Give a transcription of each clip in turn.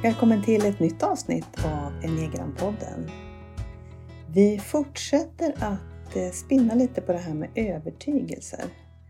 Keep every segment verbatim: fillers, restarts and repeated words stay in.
Välkommen till ett nytt avsnitt av Enneagrampodden. Vi fortsätter att spinna lite på det här med övertygelser.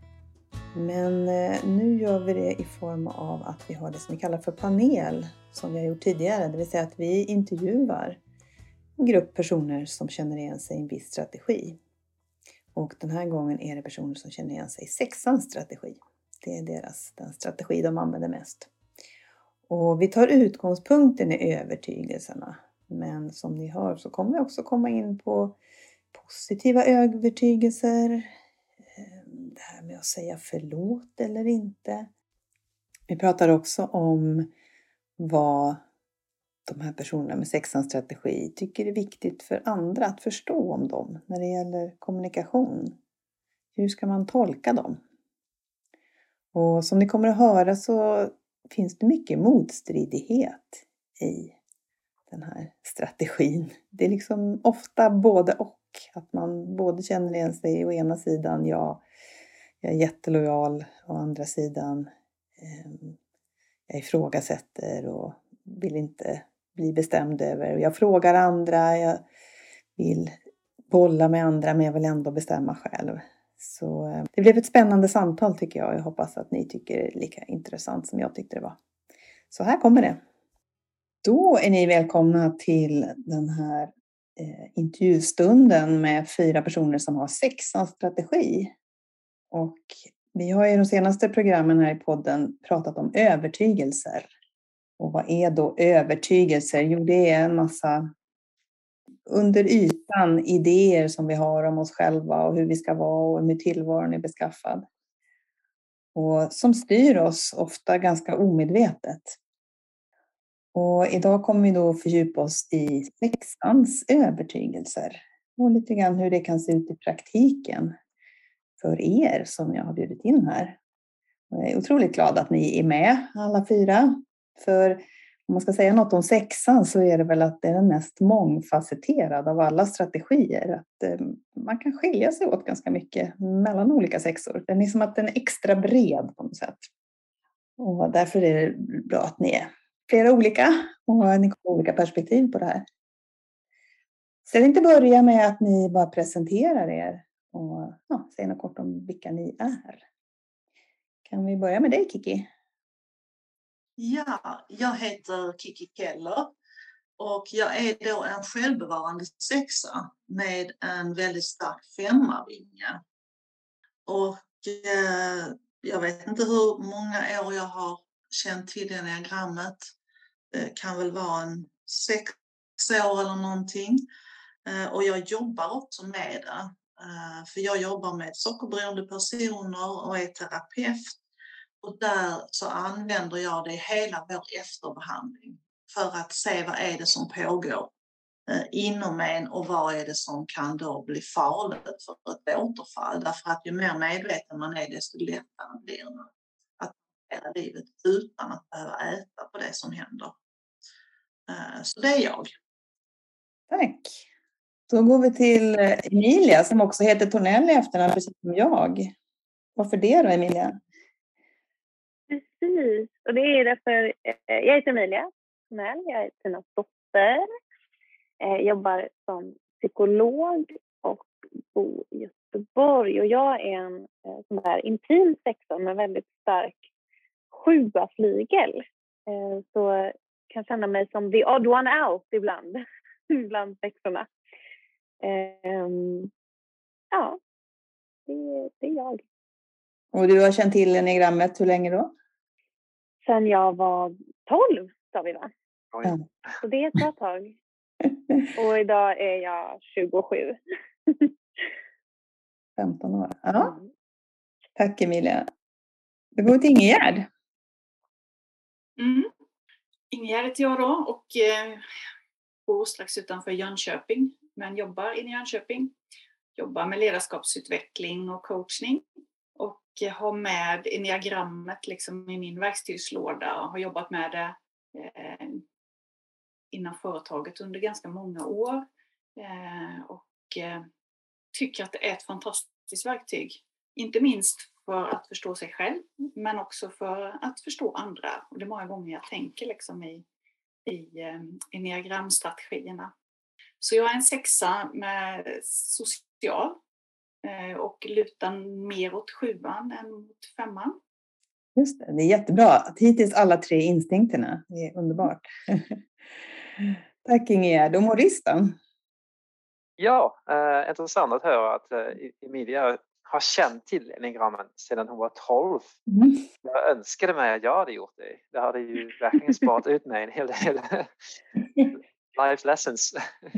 Men nu gör vi det i form av att vi har det som vi kallar för panel, som vi har gjort tidigare. Det vill säga att vi intervjuar en grupp personer som känner igen sig i en viss strategi. Och den här gången är det personer som känner igen sig i sexans strategi. Det är deras, den strategi de använder mest. Och vi tar utgångspunkten i övertygelserna. Men som ni hör så kommer vi också komma in på positiva övertygelser. Det här med att säga förlåt eller inte. Vi pratar också om vad de här personerna med sexans strategi tycker är viktigt för andra att förstå om dem när det gäller kommunikation. Hur ska man tolka dem? Och som ni kommer att höra så finns det mycket motstridighet i den här strategin. Det är liksom ofta både och. Att man både känner igen sig å ena sidan, ja, jag är jättelojal, å andra sidan, eh, jag ifrågasätter och vill inte bli bestämd över. Jag frågar andra, jag vill bolla med andra men jag vill ändå bestämma själv. Så eh, det blev ett spännande samtal tycker jag. Jag hoppas att ni tycker det är lika intressant som jag tyckte det var. Så här kommer det. Då är ni välkomna till den här eh, intervjustunden med fyra personer som har sexans strategi. Och vi har i de senaste programmen här i podden pratat om övertygelser. Och vad är då övertygelser? Jo, det är en massa under ytan idéer som vi har om oss själva och hur vi ska vara och hur tillvaron är beskaffad. Och som styr oss ofta ganska omedvetet. Och idag kommer vi då fördjupa oss i sexans övertygelser. Och lite grann hur det kan se ut i praktiken för er som jag har bjudit in här. Och jag är otroligt glad att ni är med alla fyra. För om man ska säga något om sexan så är det väl att det är den mest mångfacetterade av alla strategier. Att eh, man kan skilja sig åt ganska mycket mellan olika sexor. Den är som att den är extra bred på något sätt. Och därför är det bra att ni är flera olika och ni har olika perspektiv på det här. Så jag vill inte börja med att ni bara presenterar er och ja, säger något kort om vilka ni är. Kan vi börja med dig, Kiki? Ja, jag heter Kiki Keller och jag är då en självbevarande sexa med en väldigt stark femmavinge. Och eh, jag vet inte hur många år jag har känt till det enneagrammet. Det kan väl vara en sex år eller någonting. Eh, och jag jobbar också med det. Eh, för jag jobbar med sockerberoende personer och är terapeut. Och där så använder jag det i hela vår efterbehandling för att se vad är det som pågår eh, inom en och vad är det som kan då bli farligt för ett återfall. Därför att ju mer medveten man är desto lättare blir det att hela livet utan att behöva äta på det som händer. Eh, så det är jag. Tack. Då går vi till Emilia som också heter Tornell i efternamn precis som jag. Varför det då, Emilia? Precis, och det är därför eh, jag heter Emilia Tornell, jag är Tinas dotter, eh, jobbar som psykolog och bor i Göteborg. Och jag är en eh, sån där intim sexa med väldigt stark sjua flygel. Eh, så jag kan känna mig som the odd one out ibland, bland sexorna. Eh, ja, det, det är jag. Och du har känt till enneagrammet hur länge då? Sen jag var tolv, sa vi va? Ja. Så det är ett bra tag. Och idag är jag tjugosju. femton år. Ja. Tack Emilia. Det går till Ingegärd. Mm. Ingegärd heter jag då och eh, bor strax utanför Jönköping. Men jobbar inne i Jönköping. Jobbar med ledarskapsutveckling och coachning. Och har med enneagrammet liksom i min verktygslåda och har jobbat med det eh, inom företaget under ganska många år. Eh, och eh, tycker att det är ett fantastiskt verktyg. Inte minst för att förstå sig själv men också för att förstå andra. Och det är många gånger jag tänker liksom i i eh, enneagramstrategierna. Så jag är en sexa med social eh, och lutar mer åt sjuan än mot femman. Just det, det är jättebra. Att hittills alla tre instinkterna. Det är underbart. Tack Ingegerd. Och Maurice då? Ja, eh, intressant att höra att eh, Emilia har känt till enneagrammen sedan hon var tolv. Mm. Jag önskade mig att jag hade gjort det. Det hade ju verkligen sparat ut mig en hel del life lessons.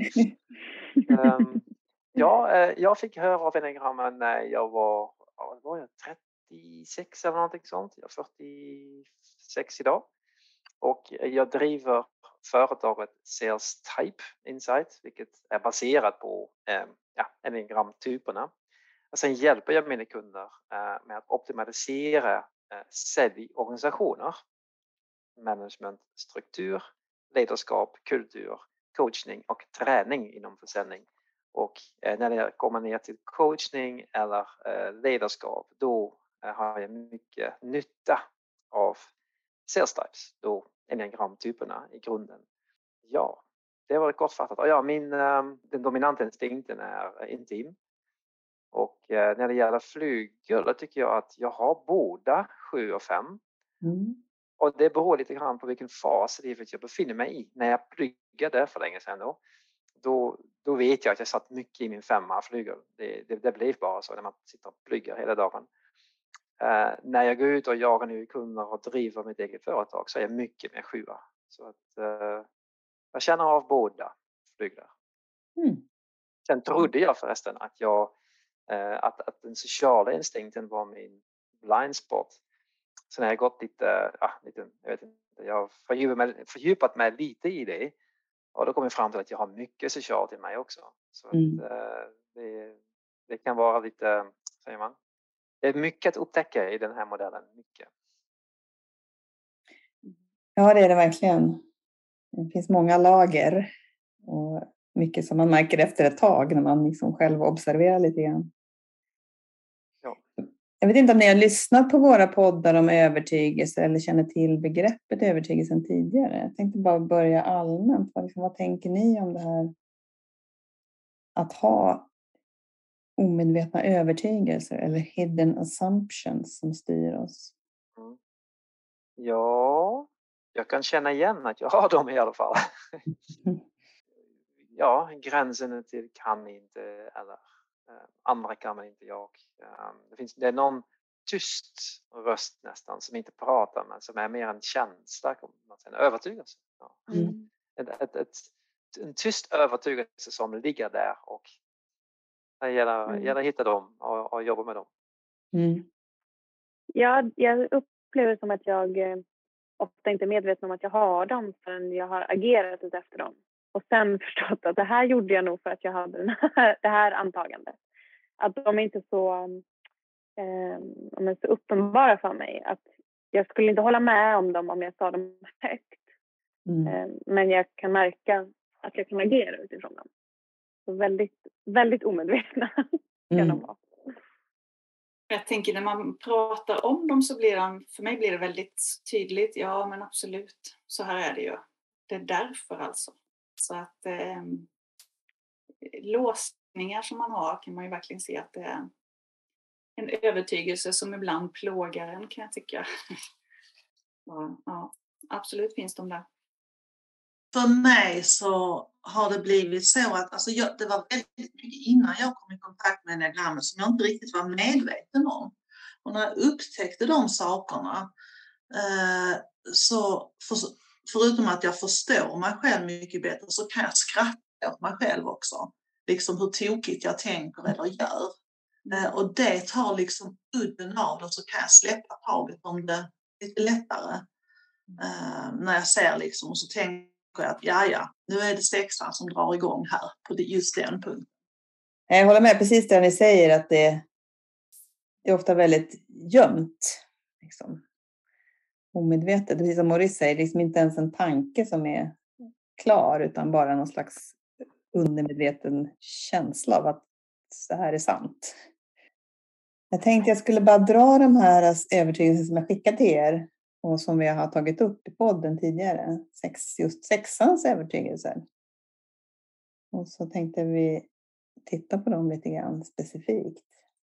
um, ja, eh, jag fick höra av enneagrammen när jag var, vad var jag, trettiosex eller någonting sånt. Jag är fyrtiosex idag. Och jag driver företaget Sales Type Insight, vilket är baserat på eh, ja, enneagramtyperna. Och sen hjälper jag mina kunder eh, med att optimalisera eh, säljorganisationer, management, struktur, ledarskap, kultur, coachning och träning inom försäljning. Och eh, när det kommer ner till coachning eller eh, ledarskap, då eh, har jag mycket nytta av Sales Types, då enneagramtyperna i grunden. Ja, det var kortfattat. Och ja, min, den dominanta instinkten är intim. Och när det gäller flygel tycker jag att jag har båda sju och fem. Mm. Och det beror lite grann på vilken fas i livet jag befinner mig i. När jag pluggade för länge sedan då, då, då vet jag att jag satt mycket i min femma flygel. Det, det, det blev bara så när man sitter och pluggar hela dagen. Uh, när jag går ut och jagar nya kunder och driver mitt eget företag så är jag mycket mer sjua. Så att uh, jag känner av båda flyglar. Mm. Sen trodde jag förresten att, jag, uh, att, att den sociala instinkten var min blind spot. Sen har jag gått lite, uh, lite jag vet inte, jag har fördjupat mig, fördjupat mig lite i det. Och då kom jag fram till att jag har mycket socialt i mig också. Så Mm. att, uh, det, det kan vara lite, säger man. Det är mycket att upptäcka i den här modellen. Mycket. Ja, det är det verkligen. Det finns många lager. Och mycket som man märker efter ett tag när man liksom själv observerar lite grann. Ja. Jag vet inte om ni har lyssnat på våra poddar om övertygelse eller känner till begreppet övertygelsen tidigare. Jag tänkte bara börja allmänt. Vad, liksom, vad tänker ni om det här? Att ha omedvetna övertygelser eller hidden assumptions som styr oss. Mm. Ja, jag kan känna igen att jag har dem i alla fall. Ja, gränsen till kan inte eller eh, andra kan man inte jag. Um, det, finns, det är någon tyst röst nästan som inte pratar men som är mer en känsla, en övertygelse. Ja. Mm. Ett, ett, ett, en tyst övertygelse som ligger där och det gäller, Mm. gäller att hitta dem och, och jobba med dem. Mm. Ja, jag upplever som att jag eh, ofta inte är medveten om att jag har dem förrän jag har agerat ut efter dem. Och sen förstått att det här gjorde jag nog för att jag hade den här, det här antagandet. Att de är inte så, eh, de är så uppenbara för mig. Att jag skulle inte hålla med om dem om jag sa dem högt. Mm. Eh, men jag kan märka att jag kan agera utifrån dem. Så väldigt, väldigt omedvetna kan Mm. de vara. Jag tänker när man pratar om dem så blir de, för mig blir det väldigt tydligt. Ja men absolut, så här är det ju. Det är därför alltså. Så att eh, låsningar som man har kan man ju verkligen se att det är en övertygelse som ibland plågar en kan jag tycka. Ja, ja, absolut finns de där. För mig så har det blivit så att alltså jag, det var väldigt mycket innan jag kom i kontakt med enneagrammet som jag inte riktigt var medveten om. Och när jag upptäckte de sakerna eh, så för, förutom att jag förstår mig själv mycket bättre så kan jag skratta åt mig själv också. Liksom hur tokigt jag tänker eller gör. Eh, och det tar liksom udden av det så kan jag släppa taget om det lite lättare. Eh, när jag ser liksom och så tänker jag att ja, ja, nu är det sexan som drar igång här på just den punkten. Jag håller med precis det ni säger att det, det är ofta väldigt gömt. Liksom. Omedvetet, precis som Maurice säger, liksom inte ens en tanke som är klar utan bara någon slags undermedveten känsla av att det här är sant. Jag tänkte jag skulle bara dra de här övertygelserna som jag skickade till er och som vi har tagit upp i podden tidigare. Sex, just sexans övertygelser. Och så tänkte vi titta på dem lite grann specifikt.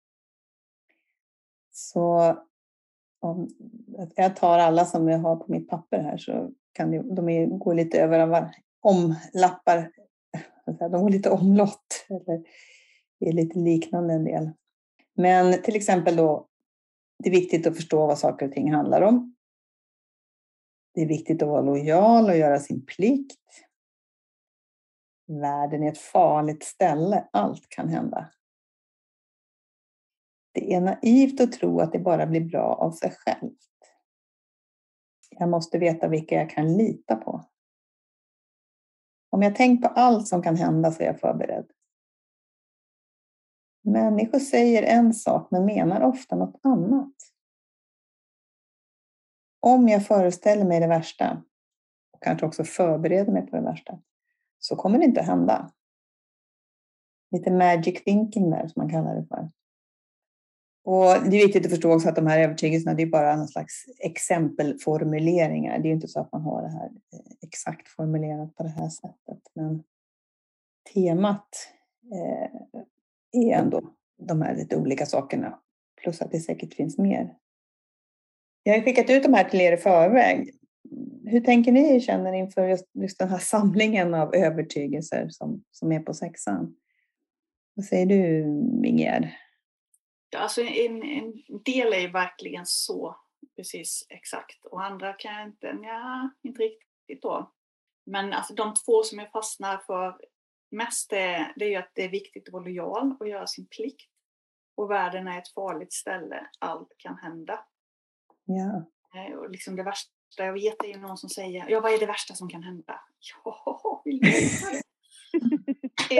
Så om jag tar alla som jag har på mitt papper här, så kan de, de är, går lite över av omlappar. De går lite omlott. Eller det är lite liknande en del. Men till exempel då, det är viktigt att förstå vad saker och ting handlar om. Det är viktigt att vara lojal och göra sin plikt. Världen är ett farligt ställe. Allt kan hända. Det är naivt att tro att det bara blir bra av sig självt. Jag måste veta vilka jag kan lita på. Om jag tänker på allt som kan hända så är jag förberedd. Människor säger en sak men menar ofta något annat. Om jag föreställer mig det värsta och kanske också förbereder mig på det värsta, så kommer det inte att hända. Lite magic thinking där, som man kallar det för. Och det är viktigt att förstå också att de här övertygelserna, det är bara någon slags exempelformuleringar. Det är inte så att man har det här exakt formulerat på det här sättet. Men temat eh, är ändå de här lite olika sakerna. Plus att det säkert finns mer. Jag har skickat ut de här till er i förväg. Hur tänker ni känner inför just, just den här samlingen av övertygelser som, som är på sexan? Vad säger du, Ingegerd? Ja, alltså en, en del är ju verkligen så precis exakt. Och andra kan jag inte, ja, inte riktigt då. Men alltså de två som jag fastnar för mest är, det är ju att det är viktigt att vara lojal och göra sin plikt. Och världen är ett farligt ställe. Allt kan hända. Ja. Och liksom det värsta jag vet är ju någon som säger, ja, vad är det värsta som kan hända? Ja, vill du veta det?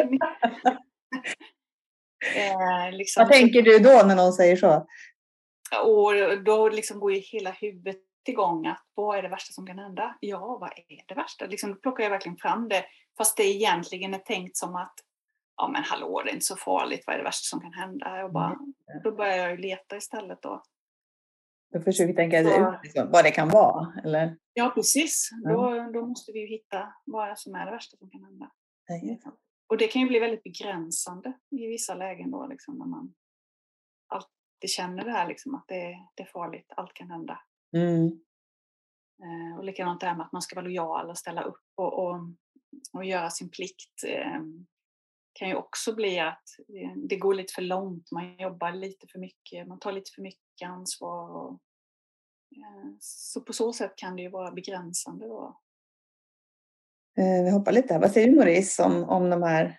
eh, liksom, vad tänker du då när någon säger så? Och då liksom går ju hela huvudet igång att vad är det värsta som kan hända? Ja, vad är det värsta? Liksom, då plockar jag verkligen fram det. Fast det egentligen är tänkt som att ja men hallå, det är inte så farligt. Vad är det värsta som kan hända? Jag bara, mm. Då börjar jag ju leta istället då. Då försöker vi tänka så, ut liksom, vad det kan vara, eller? Ja, precis. Ja. Då, då måste vi ju hitta vad är som är det värsta som kan hända. Ja. Och det kan ju bli väldigt begränsande i vissa lägen då, liksom, när man alltid känner det här liksom, att det, det är farligt, allt kan hända. Mm. Eh, och likadant det här med att man ska vara lojal och ställa upp och, och, och göra sin plikt. Eh, kan ju också bli att det går lite för långt, man jobbar lite för mycket, man tar lite för mycket ansvar. Och, så på så sätt kan det ju vara begränsande då. Vi hoppar lite här. Vad säger du, Maurice, om, om de här?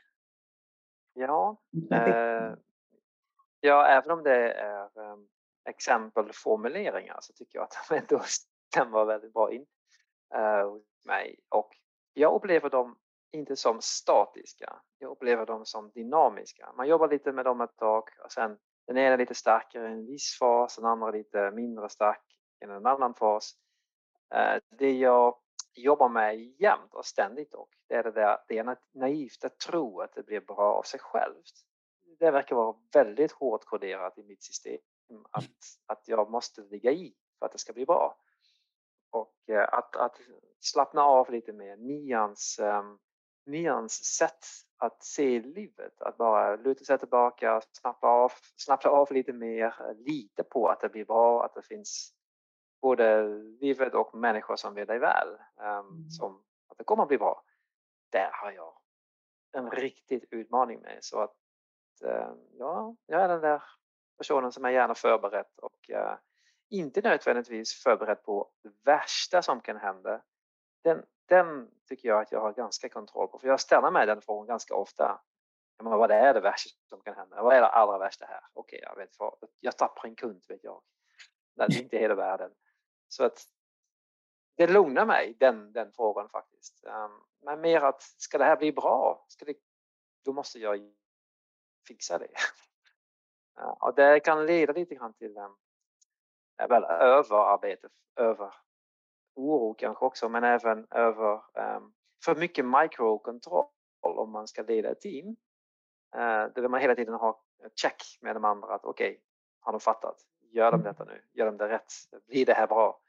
Ja, eh, ja, även om det är eh, exempelformuleringar så tycker jag att de ändå stämmer väldigt bra in eh, hos mig. Och jag upplever dem inte som statiska. Jag upplever dem som dynamiska. Man jobbar lite med dem ett tag och sen den ena är lite starkare i en viss fas, den andra lite mindre stark i en annan fas. Det jag jobbar med jämt och ständigt och det är det där, det är naivt att tro att det blir bra av sig självt. Det verkar vara väldigt hårt koderat i mitt system att, att jag måste ligga i för att det ska bli bra. Och att, att slappna av lite mer, nians, um, nians sätt att se livet, att bara luta sig tillbaka, snappa av, snappa av lite mer, lita på att det blir bra, att det finns både livet och människor som vill dig väl, um, mm. som att det kommer att bli bra. Där har jag en riktigt utmaning med, så att uh, ja, jag är den där personen som är gärna förberedd och uh, inte nödvändigtvis förberedd på det värsta som kan hända. Den, den tycker jag att jag har ganska kontroll på. För jag ställer mig den frågan ganska ofta. Men vad är det värsta som kan hända? Vad är det allra värsta här? Okej, jag vet vad. Jag tappar en kund, vet jag. Det är inte hela världen. Så att det lugnar mig, den, den frågan faktiskt. Um, men mer att, ska det här bli bra? Ska det, då måste jag fixa det. uh, och det kan leda lite grann till um, väl, överarbete, över oro kanske också, men även över um, för mycket microkontroll om man ska leda ett team. Uh, där vill man hela tiden ha check med de andra att okej, okay, har de fattat? Gör de detta nu? Gör de det rätt? Blir det här bra?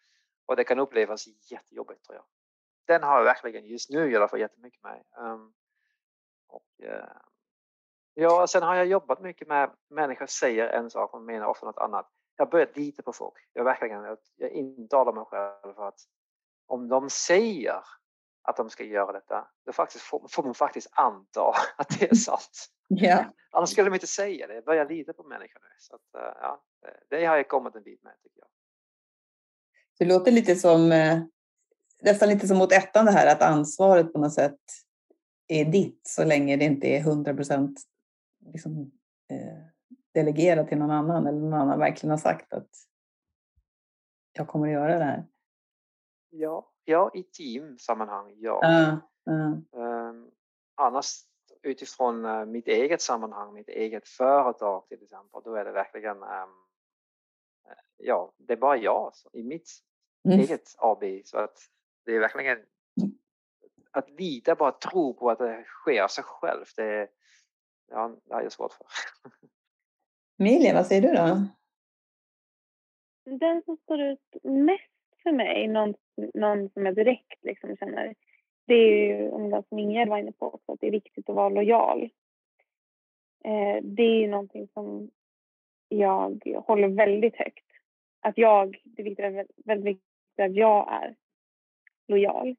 Och det kan upplevas jättejobbigt, tror jag. Den har jag verkligen just nu i alla fall jättemycket med. Um, och, uh, ja, sen har jag jobbat mycket med människor säger en sak och menar ofta något annat. Jag har börjat lita på folk. Jag verkligen, jag, jag intalar mig själv för att om de säger att de ska göra detta, då faktiskt får, får man faktiskt anta att det är sant. Ja. Annars skulle de inte säga det. Jag börjar lita på människor nu. Så att, uh, ja, det har jag kommit en bit med, tycker jag. Det låter lite som, eh, nästan lite som mot ettan det här, att ansvaret på något sätt är ditt så länge det inte är hundra procent liksom, eh, delegerat till någon annan eller någon annan verkligen har sagt att jag kommer att göra det här. Ja, ja i teamsammanhang, ja. Uh, uh. Um, annars utifrån uh, mitt eget sammanhang, mitt eget företag till exempel, då är det verkligen um, ja, det är bara jag så, i mitt mm. eget A B, så att det är verkligen att lita, bara tro på att det sker av sig själv. Det är, ja, det är svårt för. Emilia, vad säger du då? Den som står ut mest för mig, någon, någon som jag direkt liksom känner, det är ju om det som Ingrid var inne på också, att det är viktigt att vara lojal. Eh, det är ju någonting som jag håller väldigt högt. Att jag, det är viktigt, väldigt viktigt att jag är lojal.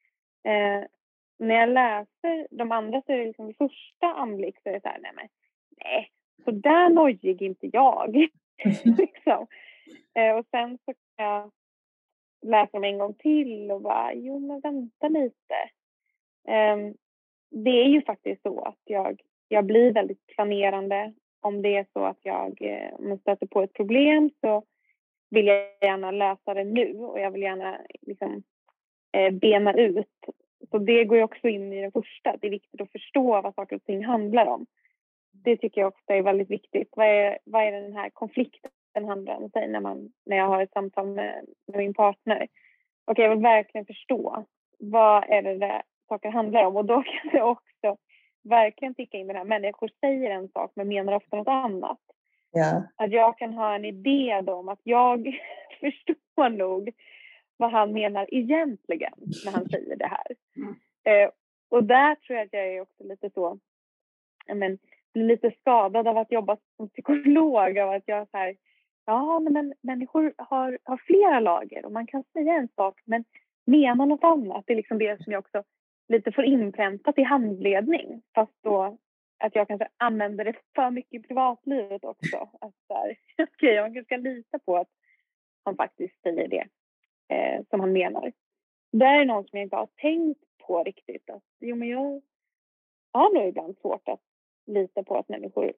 Eh, när jag läser de andra så är det liksom vid första anblick så är det så här, nej men, nej, så där nojig inte jag. liksom. eh, och sen så kan jag läsa dem en gång till och bara, jo men vänta lite. Eh, det är ju faktiskt så att jag, jag blir väldigt planerande. Om det är så att jag eh, om jag stöter på ett problem så vill jag gärna lösa det nu och jag vill gärna liksom eh, bena ut. Så det går ju också in i den första. Det är viktigt att förstå vad saker och ting handlar om. Det tycker jag också är väldigt viktigt. Vad är, vad är den här konflikten handlar om sig när, man, när jag har ett samtal med, med min partner? Och jag vill verkligen förstå vad är det där saker handlar om. Och då kan jag också verkligen ticka in den här. Människor säger en sak men menar ofta något annat. Ja. Att jag kan ha en idé om att jag förstår nog vad han menar egentligen när han säger det här. Mm. Eh, och där tror jag att jag är också lite så, men, lite skadad av att jobba som psykolog. Av att jag så här, ja men människor har, har flera lager och man kan säga en sak men mena något annat. Det är liksom det som jag också lite får inpräntat i handledning. Fast då att jag kanske använder det för mycket i privatlivet också. Att så här, okay, man kanske ska lita på att han faktiskt säger det eh, som han menar. Det är något som jag inte har tänkt på riktigt. Att, jo, men jag har nog ibland svårt att lita på att människor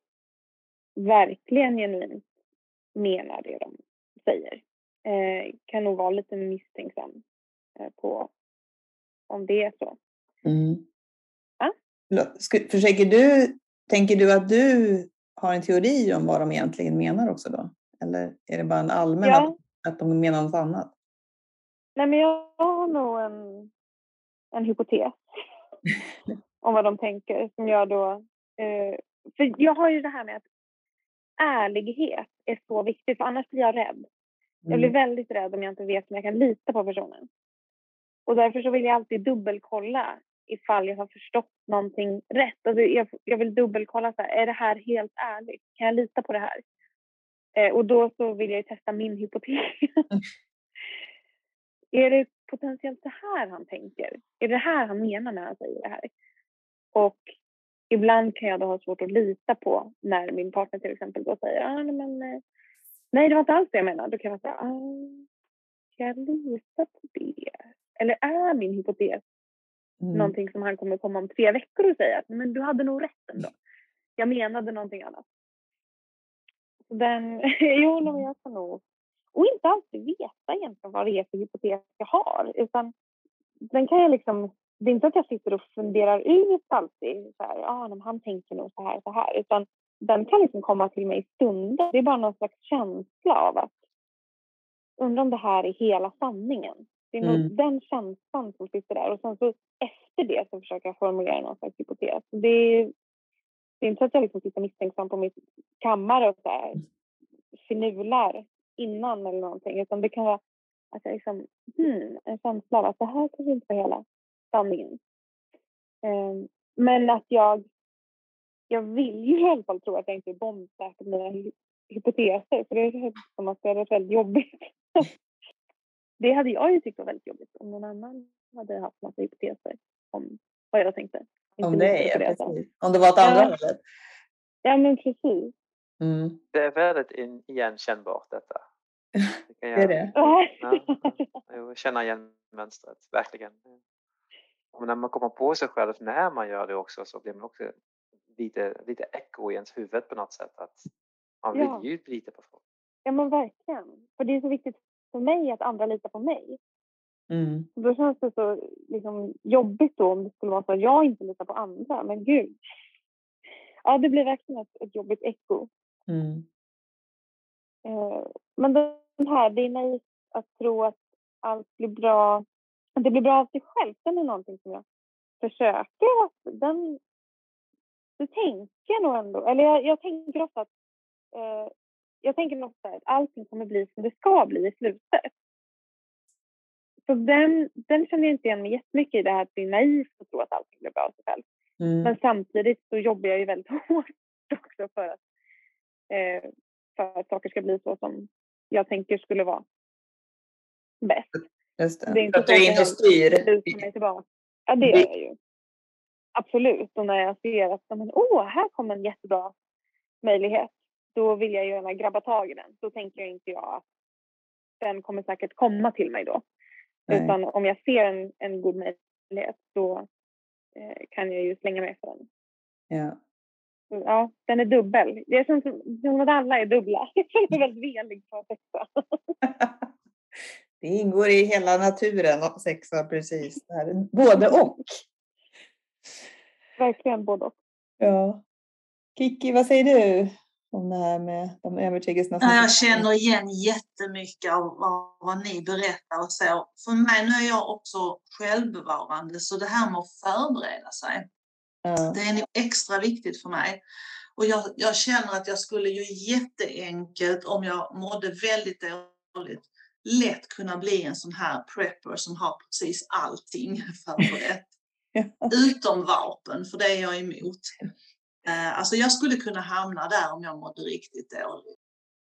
verkligen genuint menar det de säger. Eh, kan nog vara lite misstänksam eh, på om det är så. Mm. Ja? Försöker du, tänker du att du har en teori om vad de egentligen menar också då? Eller är det bara en allmän ja. att, att de menar något annat? Nej, men jag har nog en, en hypotes om vad de tänker. Som jag då, eh, för jag har ju det här med att ärlighet är så viktigt. För annars blir jag rädd. Mm. Jag blir väldigt rädd om jag inte vet om jag kan lita på personen. Och därför så vill jag alltid dubbelkolla ifall jag har förstått någonting rätt. Alltså jag, jag vill dubbelkolla så här, är det här helt ärligt? Kan jag lita på det här? Eh, och då så vill jag ju testa min hypotes. Är det potentiellt det här han tänker? Är det här han menar när han säger det här? Och ibland kan jag då ha svårt att lita på när min partner till exempel då säger ah, men, nej, det var inte alls det jag menar. Då kan jag säga, ah, kan jag lita på det? Eller är min hypotes mm. någonting som han kommer komma om tre veckor och säga, men du hade nog rätt ändå. Jag menade någonting annat. Så den, jo, men jag kan nog, och inte alltid veta egentligen vad det är för hypotes jag har, utan den kan jag liksom, det är inte att jag sitter och funderar ut alltid så här, ja, ah, han tänker nog så här, så här, utan den kan liksom komma till mig i stunder. Det är bara någon slags känsla av att undra om det här är hela sanningen. Det är nog mm. den känslan som sitter där. Och sen så efter det så försöker jag formulera någon slags hypotes. Det är, det är inte så att jag liksom sitter misstänksam på mitt kammare och så här finular innan eller någonting. Utan det kan vara Att jag liksom, hmm, en känsla av att det här kanske inte var hela sanningen. Um, men att jag, jag vill ju i alla fall tro att jag inte är bombsäker på mina hy- hypoteser. För det är som att det är väldigt jobbigt. Det hade jag ju tyckt var väldigt jobbigt om någon annan hade haft massa hypoteser om vad jag tänkte. Inte Om det, litade på ja, det jag sa. precis. Om det var åt andra Ja. hållet. Ja, men precis. Mm. Det är väldigt in, igenkännbart detta. Det kan Det är jag, det. ja, ja, jag känner igen mönstret, verkligen. Och när man kommer på sig själv när man gör det också, så blir man också lite, lite echo i ens huvud på något sätt. Att man vill Ja. ju lita på folk. Ja, men verkligen. För det är så viktigt för mig att andra litar på mig. Mm. Då känns det så liksom, jobbigt då om det skulle vara så att jag inte litar på andra. Men gud. Ja, det blir verkligen ett, ett jobbigt echo. Mm. Eh, men den här, det är naivt att tro att allt blir bra. Att det blir bra av sig själv. Den är någonting som jag försöker. Att den, det tänker jag nog ändå. Eller jag, jag tänker ofta att eh, jag tänker ofta att allting kommer bli som det ska bli i slutet. Så den, den känner jag inte igen mig jättemycket i, det här att det är naivt att tro att allting blir bra av sig själv. Mm. Men samtidigt så jobbar jag ju väldigt hårt också för att, eh, för att saker ska bli så som jag tänker skulle vara bäst. Just det. Det är inte Att du är inne och styr. lutar mig tillbaka. Ja, det gör jag ju. Absolut. Och när jag ser att men, åh, här kommer en jättebra möjlighet, då vill jag gärna grabba tag i den. Då tänker jag inte jag att den kommer säkert komma till mig då. Nej. Utan om jag ser en, en god möjlighet, då eh, kan jag ju slänga mig för den. Ja. Så, ja, den är dubbel. Det är som, som att alla är dubbla. Jag är väldigt velig på sexa. Det ingår i hela naturen och sexa, precis. Det här. Både och. Verkligen både och. Ja. Kiki, vad säger du om det här med de övertygelserna? Som Ja, jag känner igen jättemycket av vad, vad ni berättar och så. För mig, nu är jag också självbevarande, så det här med att förbereda sig, Ja. det är nog extra viktigt för mig. Och jag, jag känner att jag skulle ju jätteenkelt, om jag mådde väldigt dåligt, lätt kunna bli en sån här prepper som har precis allting förberett. Ja. Utom vapen, för det är jag emot. Uh, alltså jag skulle kunna hamna där om jag mådde riktigt dåligt.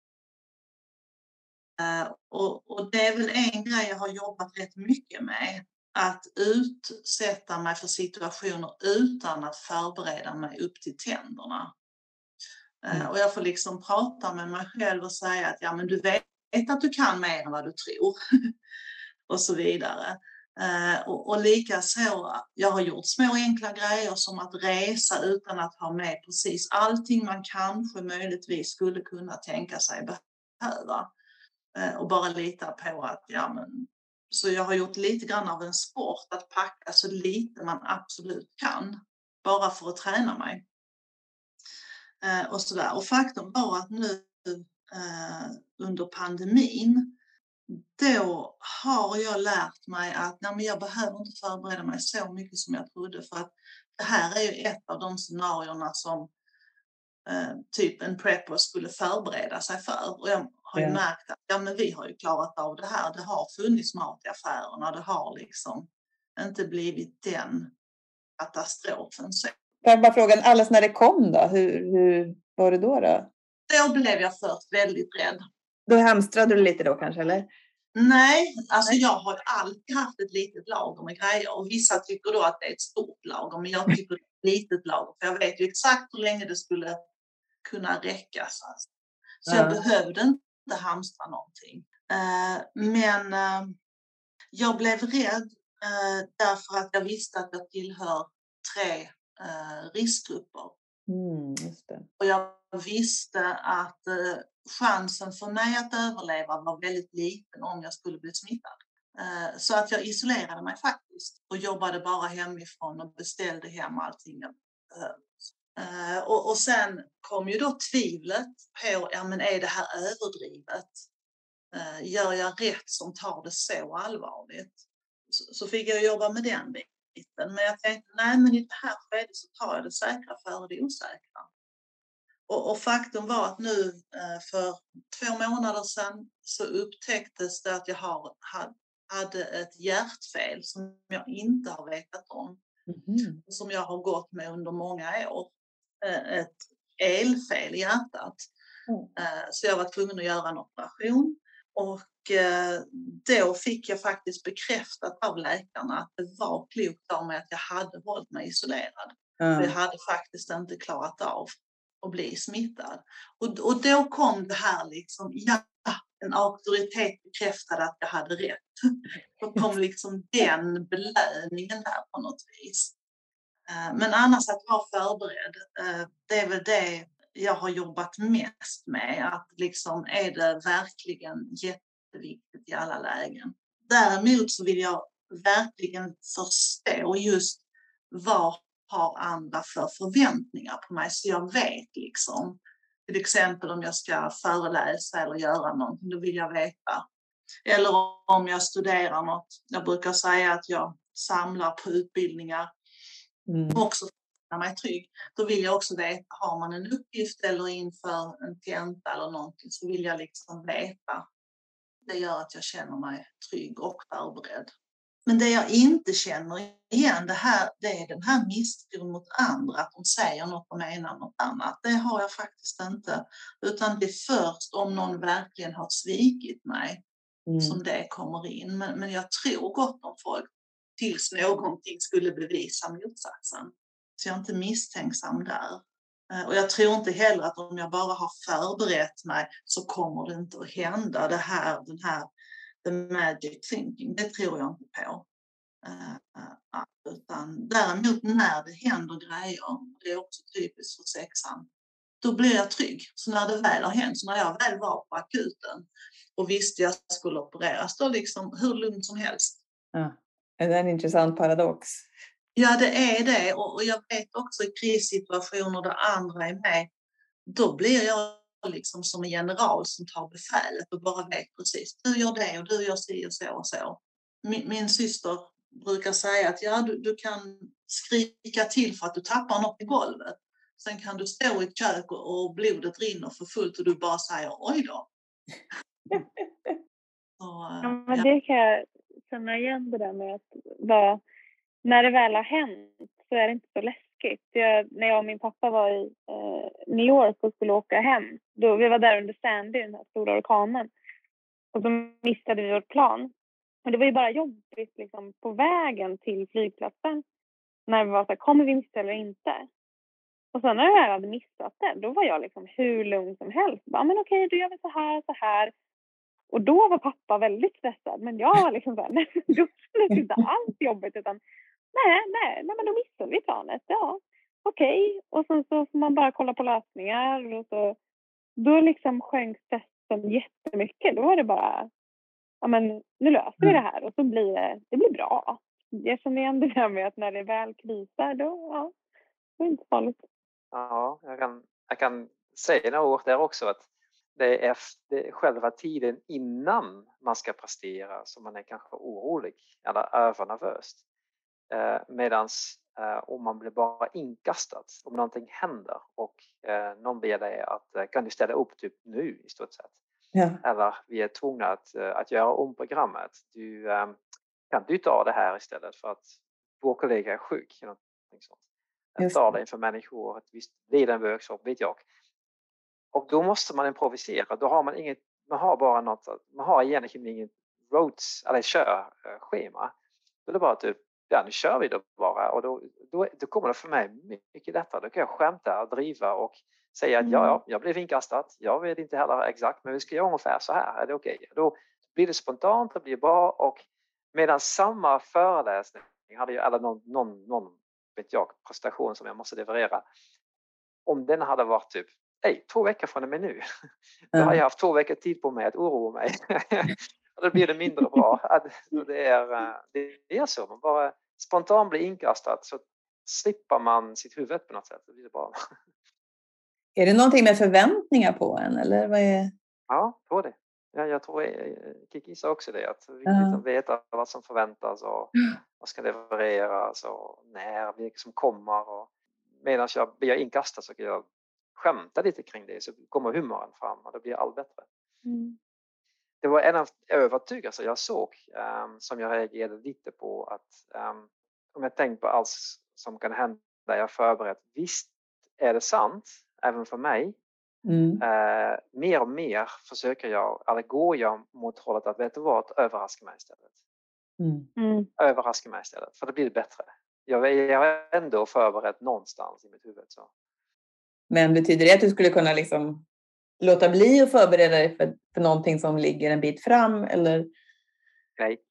Uh, och, och det är väl en grej jag har jobbat rätt mycket med. Att utsätta mig för situationer utan att förbereda mig upp till tänderna. Uh, Mm. och jag får liksom prata med mig själv och säga att ja, men du vet att du kan mer än vad du tror. Och så vidare. Uh, och, och lika så, jag har gjort små enkla grejer som att resa utan att ha med precis allting man kanske möjligtvis skulle kunna tänka sig behöva. Uh, och bara lita på att, ja men, så jag har gjort lite grann av en sport att packa så lite man absolut kan. Bara för att träna mig. Uh, och sådär. Och faktum var att nu uh, under pandemin, då har jag lärt mig att nej, men jag behöver inte förbereda mig så mycket som jag trodde, för att det här är ju ett av de scenarierna som eh, typ en prepper skulle förbereda sig för. Och jag har ju Ja. märkt att ja, men vi har ju klarat av det här. Det har funnits mat i affärerna. Det har liksom inte blivit den katastrofen. Så Får jag bara fråga, alldeles när det kom då? Hur, hur var det då då? då blev jag först väldigt rädd. Då hamstrade du lite då kanske, eller? Nej, alltså jag har ju alltid haft ett litet lager med grejer, och vissa tycker då att det är ett stort lager, men jag tycker det är ett litet lager, för jag vet ju exakt hur länge det skulle kunna räcka. Så, så jag Ja. behövde inte hamstra någonting. Uh, men uh, jag blev rädd uh, därför att jag visste att jag tillhör tre uh, riskgrupper. Mm, just det. Och jag visste att uh, chansen för mig att överleva var väldigt liten om jag skulle bli smittad. Uh, så att jag isolerade mig faktiskt och jobbade bara hemifrån och beställde hem allting jag behövde. Uh, och, och sen kom ju då tvivlet på, ja men är det här överdrivet? Uh, gör jag rätt som tar det så allvarligt? Så, så fick jag jobba med den biten. Men jag tänkte, nej men i det här skedet så tar jag det säkra före det osäkra. Och, och faktum var att nu för två månader sedan så upptäcktes det att jag har, hade ett hjärtfel som jag inte har vetat om. Mm. Som jag har gått med under många år. Ett elfel i hjärtat. Mm. Så jag var tvungen att göra en operation. Och då fick jag faktiskt bekräftat av läkarna att det var klokt av mig att jag hade hållit mig isolerad. Mm. För jag hade faktiskt inte klarat av att bli smittad. Och, och då kom det här liksom, ja, en auktoritet bekräftade att jag hade rätt. Då kom liksom den belöningen där på något vis. Men annars att vara förberedd, det är väl det jag har jobbat mest med. Att liksom är det verkligen jätteviktigt i alla lägen. Däremot så vill jag verkligen förstå just vad har andra för förväntningar på mig. Så jag vet liksom, till exempel om jag ska föreläsa eller göra någonting, då vill jag veta. Eller om jag studerar något. Jag brukar säga att jag samlar på utbildningar. Mm. Också för mig trygg. Då vill jag också veta, har man en uppgift eller inför en tenta eller någonting, så vill jag liksom veta. Det gör att jag känner mig trygg och förberedd. Men det jag inte känner igen, det, här, det är den här misstron mot andra, att de säger något och menar något annat. Det har jag faktiskt inte. Utan det är först om någon verkligen har svikit mig mm. som det kommer in. Men, men jag tror gott om folk tills någonting skulle bevisa motsatsen. Så jag är inte misstänksam där. Och jag tror inte heller att om jag bara har förberett mig så kommer det inte att hända det här, den här the magic thinking. Det tror jag inte på. Uh, uh, utan däremot när det händer grejer, det är också typiskt för sexan, då blir jag trygg. Så när det väl har hänt, så när jag väl var på akuten och visste jag skulle opereras, då liksom hur lugnt som helst. Ja. Det är en intressant paradox. Ja, det är det. Och jag vet också i krissituationer där andra är med, då blir jag liksom som en general som tar befälet och bara vet precis. Du gör det och du gör si och så och så. Min, min syster brukar säga att ja, du, du kan skrika till för att du tappar något i golvet. Sen kan du stå i ett kök och, och blodet rinner för fullt och du bara säger oj då. Så, ja, men ja. Det kan jag känna igen, det där med att vara, när det väl har hänt så är det inte så läskigt. Jag, när jag och min pappa var i eh, New York och skulle åka hem, då, vi var där under Sandy, den här stora orkanen, och då missade vi vårt plan. Och det var ju bara jobbigt liksom, på vägen till flygplatsen, när vi var så här, kommer vi missa eller inte? Och sen när jag hade missat det, då var jag liksom hur lugn som helst. Ja, men okej, då gör vi så här, så här. Och då var pappa väldigt stressad. Men jag var liksom så här, nej, då kändes det inte alls jobbigt. Utan nej, nej, nej, men då missade vi planet. Ja, okej. Okay. Och sen så får man bara kolla på lösningar. Och så, då liksom sjönk stressen jättemycket. Då var det bara, ja men nu löser vi det här. Och så blir det, det blir bra. Jag känner igen det där med att när det väl krisar, då, ja, det är inte farligt. Ja, jag kan, jag kan säga några ord där också, att det är, det är själva tiden innan man ska prestera som man är kanske orolig eller övernervös. Eh, medans eh, om man blir bara inkastad, om någonting händer och eh, någon ber dig att eh, kan du ställa upp typ nu i stort sett. Ja. Eller vi är tvungna att, att göra om programmet. Du eh, kan du ta det här istället för att vår kollega är sjuk. Eller någonting sånt. Att ta det inför människor, att visst blir en workshop, vet jag. Och då måste man improvisera. Då har man inget, man har bara något, man har egentligen inget roads eller körschema. Då är det bara typ, ja nu kör vi då bara. Och då, då, då kommer det för mig mycket lättare. Då kan jag skämta och driva och säga att mm. ja, ja, jag blev inkastad. Jag vet inte heller exakt, men vi ska göra ungefär så här. Är det okej? Okay? Då blir det spontant, det blir bra. Och medan samma föreläsning hade jag, eller någon, någon, någon vet jag, prestation som jag måste leverera. Om den hade varit typ, hej, två veckor från och med nu. Då har jag haft två veckor tid på mig att oroa mig. Och då blir det mindre bra. Det är, det är så, man bara spontant blir inkastad så slipper man sitt huvud på något sätt. Det blir bra. Är det någonting med förväntningar på en? Eller vad är... Ja, på det. Ja, jag tror Kiki sa också det. Att det är viktigt att veta vad som förväntas och vad ska levereras och när, vilka som kommer. Och medan jag blir inkastad så kan jag skämta lite kring det så kommer humorn fram och det blir allt bättre. Mm. Det var en av övertygelser jag såg um, som jag reagerade lite på att um, om jag tänker på allt som kan hända jag förberett. Visst är det sant även för mig. Mm. Uh, mer och mer försöker jag, eller går jag mot hållet att vet du vad, överraska mig istället. Mm. Mm. Överraska mig istället, för det blir bättre. Jag, jag är ändå förberett någonstans i mitt huvud. Så. Men betyder det att du skulle kunna liksom låta bli att förbereda dig för, för någonting som ligger en bit fram? Eller? Nej.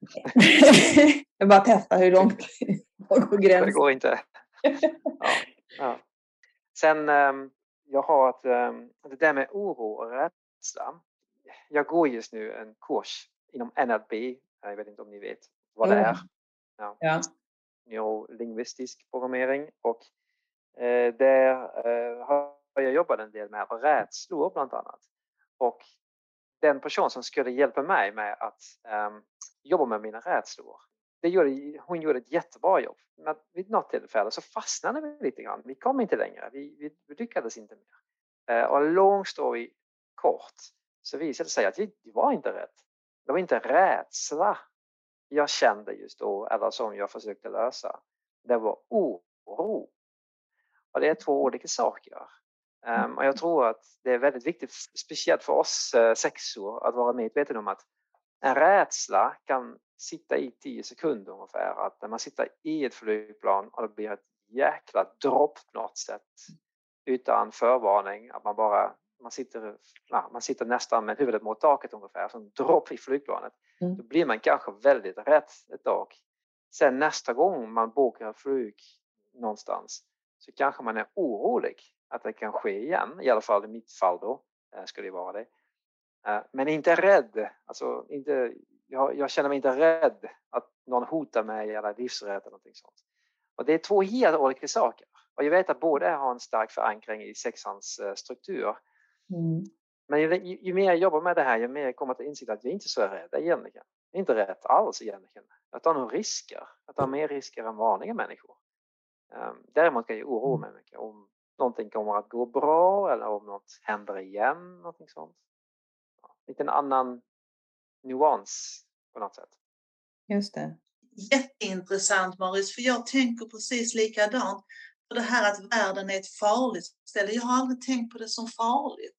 Jag bara testa hur långt går gränsen. Det går inte. Ja, ja. Sen, um, jag har ett, um, det där med oro och rädsla. Jag går just nu en kurs inom N L P. Jag vet inte om ni vet vad det är. Ja. Ja. Neurolingvistisk programmering. Och eh, där eh, har jag jobbat en del med rädslor bland annat. Och den person som skulle hjälpa mig med att um, jobba med mina rädslor. Det gjorde, hon gjorde ett jättebra jobb. Men vid något tillfälle så fastnade vi lite grann. Vi kom inte längre. Vi, vi, vi lyckades inte mer. Uh, och lång story kort så visade det sig att det var inte rätt. Det var inte rädsla jag kände just då eller som jag försökte lösa. Det var oro. Och det är två olika saker. Um, och jag tror att det är väldigt viktigt, speciellt för oss uh, sexor, att vara medveten om att en rädsla kan sitta i tio sekunder ungefär. Att när man sitter i ett flygplan och det blir ett jäkla dropp på något sätt utan förvarning. Att man bara man sitter, ja, man sitter nästan med huvudet mot taket ungefär. Som dropp i flygplanet. Mm. Då blir man kanske väldigt rädd ett tag. Sen nästa gång man bokar flyg någonstans så kanske man är orolig att det kan ske igen. I alla fall i mitt fall då skulle det vara det. Men inte rädd. Alltså inte, jag, jag känner mig inte rädd att någon hotar mig eller livsrädd eller någonting sånt. Och det är två helt olika saker. Och jag vet att båda har en stark förankring i sexans struktur. Mm. Men ju, ju mer jag jobbar med det här, ju mer jag kommer till insikt att jag inte är så rädd egentligen. Inte rädd alls egentligen. Jag tar nog risker. Jag tar mer risker än vanliga människor. Um, däremot kan jag oroa mig mycket om någonting kommer att gå bra eller om något händer igen. Någonting sånt. Ja, lite en annan nuans på något sätt. Just det. Jätteintressant Maurice, för jag tänker precis likadant. För det här att världen är ett farligt ställe. Jag har aldrig tänkt på det som farligt.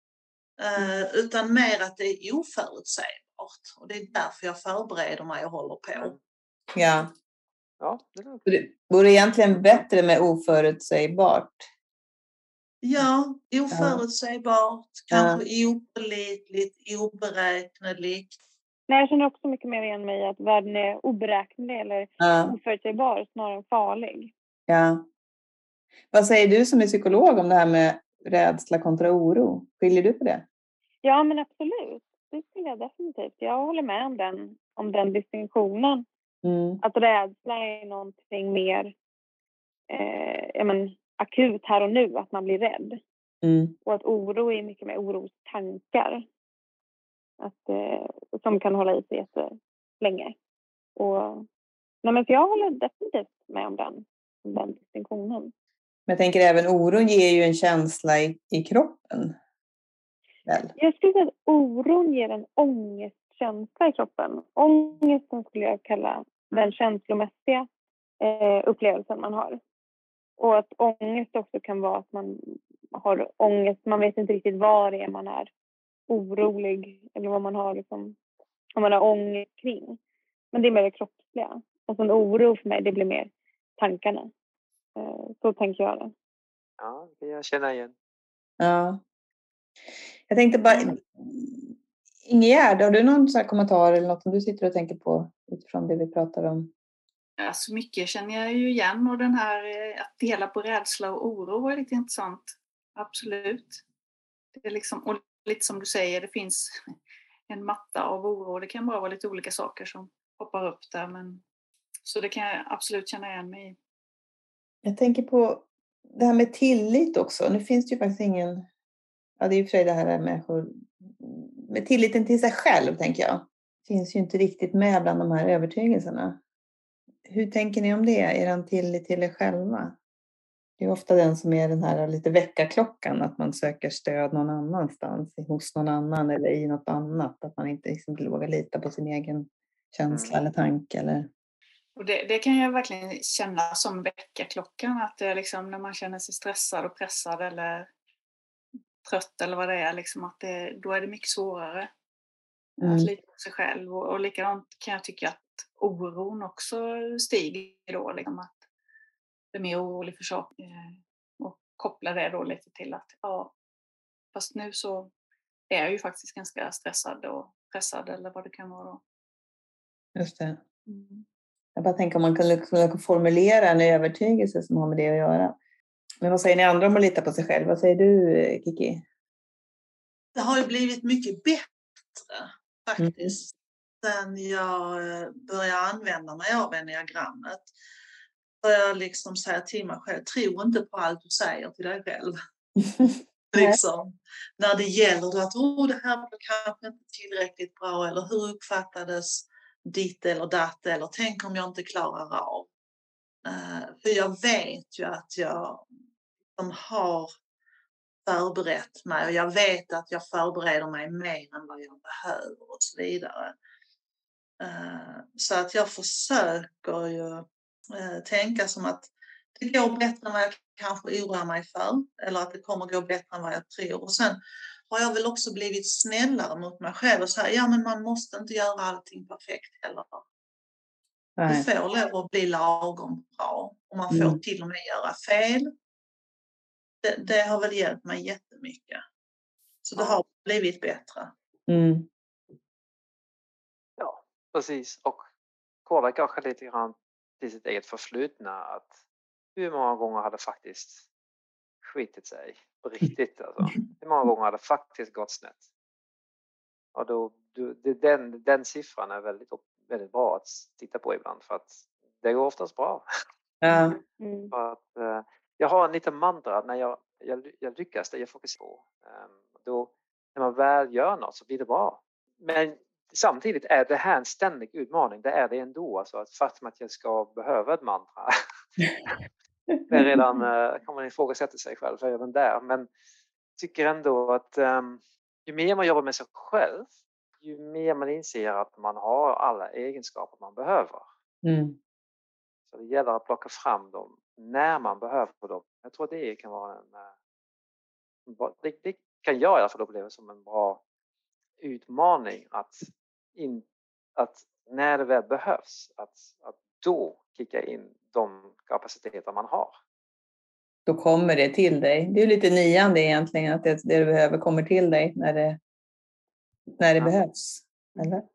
Uh, utan mer att det är oförutsägbart. Och det är därför jag förbereder mig och håller på. Ja. Ja, det är det vore egentligen bättre med oförutsägbart. Ja, oförutsägbart. Ja. Kanske ja. Opålitligt, oberäkneligt. Nej, jag känner också mycket mer igen mig att världen är oberäknelig eller Ja. oförutsägbar snarare än farlig. Ja. Vad säger du som är psykolog om det här med rädsla kontra oro? Skiljer du på det? Ja, men absolut. Det skulle jag definitivt. Jag håller med om den, om den distinktionen. Mm. Att rädsla är någonting mer eh, ja, men, akut här och nu. Att man blir rädd. Mm. Och att oro är mycket mer orostankar. Att, eh, som kan hålla i sig jättelänge. Och, nej, men jag håller definitivt med om den, om den distinktionen. Men jag tänker även oron ger ju en känsla i, i kroppen. Väl? Jag skulle säga att oron ger en ångestkänsla i kroppen. Ångesten skulle jag kalla den känslomässiga eh, upplevelsen man har. Och att ångest också kan vara att man har ångest. Man vet inte riktigt var det är man är orolig. Eller vad man har liksom, om man har ångest kring. Men det är mer det kroppsliga. Och så en oro för mig, det blir mer tankarna. Eh, så tänker jag det. Ja, det jag känner igen. Ja. Jag tänkte bara, Ingegärd, har du någon så här kommentar eller något som du sitter och tänker på utifrån det vi pratar om? Ja, så mycket känner jag ju igen och den här att dela på rädsla och oro är lite intressant. Absolut. Det är liksom, och lite som du säger, det finns en matta av oro. Det kan bara vara lite olika saker som poppar upp där. Men, så det kan jag absolut känna igen mig i. Jag tänker på det här med tillit också. Nu finns det ju faktiskt ingen... Ja, det är ju för sig det här med människor... Med tilliten till sig själv, tänker jag. Finns ju inte riktigt med bland de här övertygelserna. Hur tänker ni om det? Är det en tillit till er själva? Det är ofta den som är den här lite väckarklockan, att man söker stöd någon annanstans, hos någon annan eller i något annat. Att man inte liksom vågar lita på sin egen känsla Mm. eller tanke. Eller... Och det, det kan jag verkligen känna som väckarklockan, att det är liksom när man känner sig stressad och pressad eller trött eller vad det är, liksom att det, då är det mycket svårare Mm. att lita på sig själv. Och, och likadant kan jag tycka att oron också stiger då, liksom att det är mer orolig för saker. Och koppla det då lite till att ja, fast nu så är jag ju faktiskt ganska stressad och pressad eller vad det kan vara då. Just det. Mm. Jag bara tänker om man kan liksom formulera en övertygelse som har med det att göra. Men vad säger ni andra om att lita på sig själv? Vad säger du, Kiki? Det har ju blivit mycket bättre faktiskt. Mm. Sen jag började använda mig av enneagrammet. Jag liksom säger till mig själv, tro inte på allt du säger till dig själv. liksom, när det gäller att oh, det här var kanske inte tillräckligt bra, eller hur uppfattades ditt eller datt, eller tänk om jag inte klarar av. Uh, för jag vet ju att jag de har förberett mig, och jag vet att jag förbereder mig mer än vad jag behöver och så vidare. Uh, så att jag försöker ju uh, tänka som att det går bättre än vad jag kanske oroar mig för, eller att det kommer gå bättre än vad jag tror. Och sen har jag väl också blivit snällare mot mig själv och säga, ja men man måste inte göra allting perfekt heller. Nej. Det får lov att bli lagom bra, och man får Mm. till och med göra fel. Det, det har väl hjälpt mig jättemycket. Så det har blivit bättre. Mm. Ja, precis. Och kolla kanske lite grann till sitt eget förflutna, att hur många gånger hade faktiskt skitit sig på riktigt alltså. Hur många gånger hade faktiskt gått snett. Och då, då det, den, den siffran är väldigt, väldigt bra att titta på ibland, för att det går oftast bra. Ja. Mm. För att, eh, jag har en liten mantra när jag, jag, jag lyckas, det jag fokuserar på. Um, då, när man väl gör något så blir det bra. Men samtidigt är det här en ständig utmaning. Det är det ändå. Alltså, att faktum att jag ska behöva ett mantra. det är redan, uh, kan man ifrågasätta sig själv redan där. Men jag tycker ändå att um, ju mer man jobbar med sig själv, ju mer man inser att man har alla egenskaper man behöver. Mm. Så det gäller att plocka fram dem när man behöver dem. Jag tror det kan vara en, det, det kan jag i alla fall uppleva som en bra utmaning, att, in, att när det väl behövs, att, att då kicka in de kapaciteter man har. Då kommer det till dig. Det är lite niande egentligen, att det, det du behöver kommer till dig när det, när det Ja. behövs. Eller?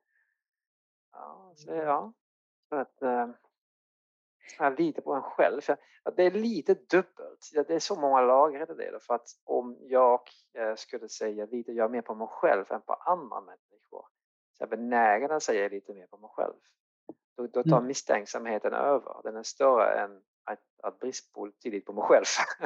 Ja, så, ja. För att äh, jag litar på en själv. För att det är lite dubbelt. Det är så många lager i det. För att om jag äh, skulle säga lite, jag är mer på mig själv än på andra människor. Så jag är benägen att säga lite mer på mig själv. Då, då tar Mm. misstänksamheten över. Den är större än att, att brist på tillit på mig själv.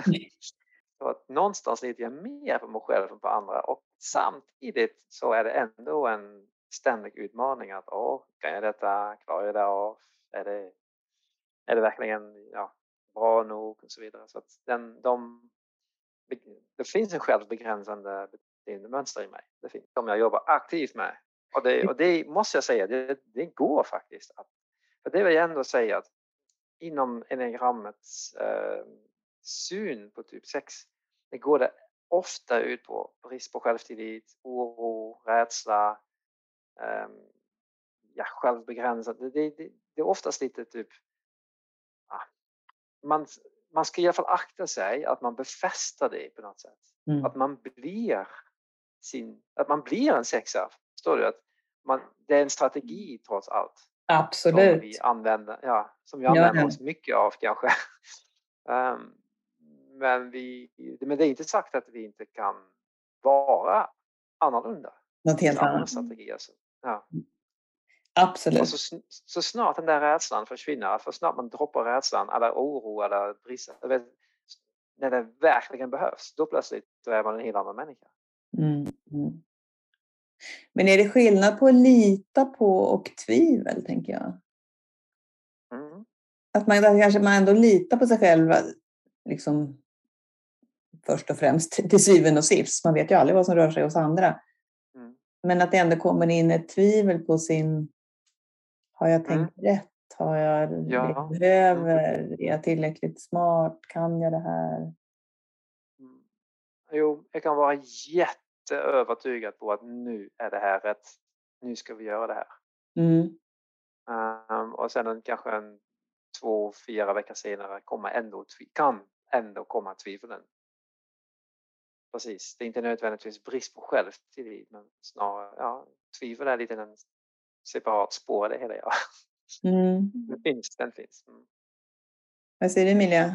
Så att någonstans litar jag mer på mig själv än på andra. Och samtidigt så är det ändå en ständig utmaning att åh, kan jag detta, klarar jag det av, är det, är det verkligen ja, bra nog och så vidare. Så att den, de, det finns en självbegränsande beteendemönster i mig. Det finns som jag jobbar aktivt med. Och det, och det måste jag säga, det, det går faktiskt. Att, för det vill jag ändå säga att inom enneagrammets eh, syn på typ sex, det går det ofta ut på brist på självtillit, oro, rädsla, eh, ja, självbegränsat. Det, det, det, det är oftast lite typ, ah, man, man ska i alla fall akta sig att man befäster det på något sätt. Mm. Att man blir sin, att man blir en sexa. Förstår du? Att man, det är en strategi trots allt. Absolut. Som vi använder, ja, som vi använder Ja. oss mycket av kanske. um, men, vi, men det är inte sagt att vi inte kan vara annorlunda. Något helt andra annat. strategier. Så, ja. Absolut. Och så, så snart den där rädslan försvinner, för snart man droppar rädslan, eller oro eller brist, när det verkligen behövs, då plötsligt då är man en helt annan människa. Mm. Mm. Men är det skillnad på att lita på och tvivel, tänker jag? Mm. Att man kanske man ändå litar på sig själv liksom först och främst till syvende och sist. Man vet ju aldrig vad som rör sig hos andra. Mm. Men att det ändå kommer in ett tvivel på sin, har jag tänkt Mm. rätt? Har jag det Ja. jag behöver? Är jag tillräckligt smart? Kan jag det här? Mm. Jo, jag kan vara jätteövertygad på att nu är det här rätt. Nu ska vi göra det här. Mm. Um, och sen en, kanske en två, fyra veckor senare kommer ändå, kan ändå komma tvivlen. Precis, det är inte nödvändigtvis brist på självtillit, men snarare, ja, tvivel är lite en separat spår det hela. Ja. Mm. Den finns, den finns. Mm. Vad säger du, Emilia?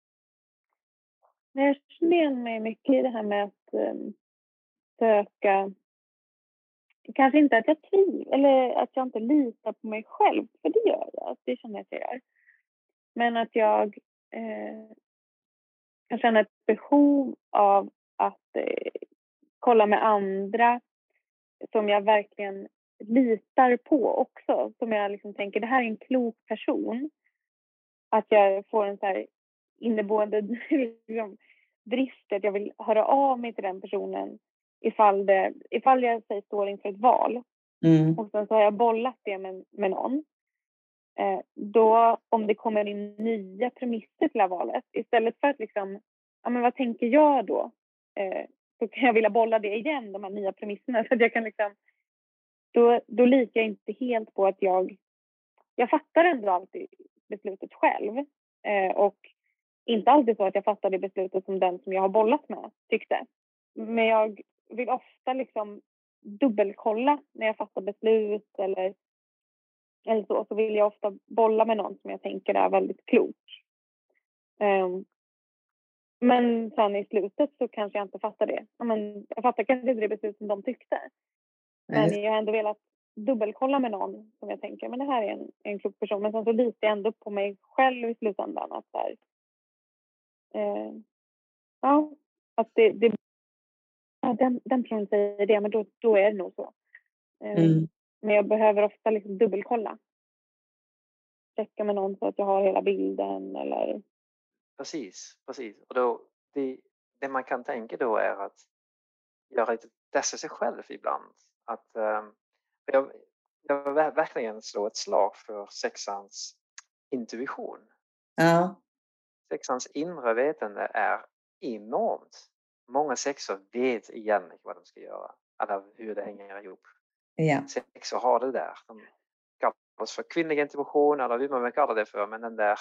Jag känner igen mig mycket i det här med att um, söka, kanske inte att jag tvivlar eller att jag inte litar på mig själv, för det gör jag, det känner jag att jag gör. Men att jag eh, kan känna ett behov av att eh, kolla med andra som jag verkligen litar på också. Som jag liksom tänker, det här är en klok person. Att jag får en så här inneboende liksom, drift att jag vill höra av mig till den personen ifall, det, ifall jag säger, står inför ett val. Mm. Och sen så har jag bollat det med, med någon. Eh, då, om det kommer in nya premisser till det här valet, istället för att liksom, ja men vad tänker jag då? Eh, så kan jag vilja bolla det igen, de här nya premisserna. Så att jag kan liksom, då, då litar jag inte helt på att jag, jag fattar ändå alltid beslutet själv. Eh, och inte alltid så att jag fattar det beslutet som den som jag har bollat med tyckte. Men jag vill ofta liksom dubbelkolla när jag fattar beslut eller eller så, så vill jag ofta bolla med någon som jag tänker är väldigt klok. Um, men sen i slutet så kanske jag inte fattar det. Men jag fattar kanske inte det beslut som de tyckte. Men Nej. jag har ändå velat dubbelkolla med någon som jag tänker, men det här är en, en klok person. Men sen så litar jag ändå på mig själv i slutändan. Att, så här, uh, ja, att det, det ja, den, den personen säger det, men då, då är det nog så. Um, Mm. Men jag behöver ofta liksom dubbelkolla. Checka med någon så att jag har hela bilden eller... Precis, precis. Och då, det, det man kan tänka då är att göra lite testa sig själv ibland. Att, um, jag, jag vill verkligen slå ett slag för sexans intuition. Ja. Sexans inre vetande är enormt. Många sexor vet egentligen vad de ska göra. Eller hur det hänger ihop. Ja. Sexor har det där. De kallas för kvinnlig intuition eller hur man kallar det för. Men den där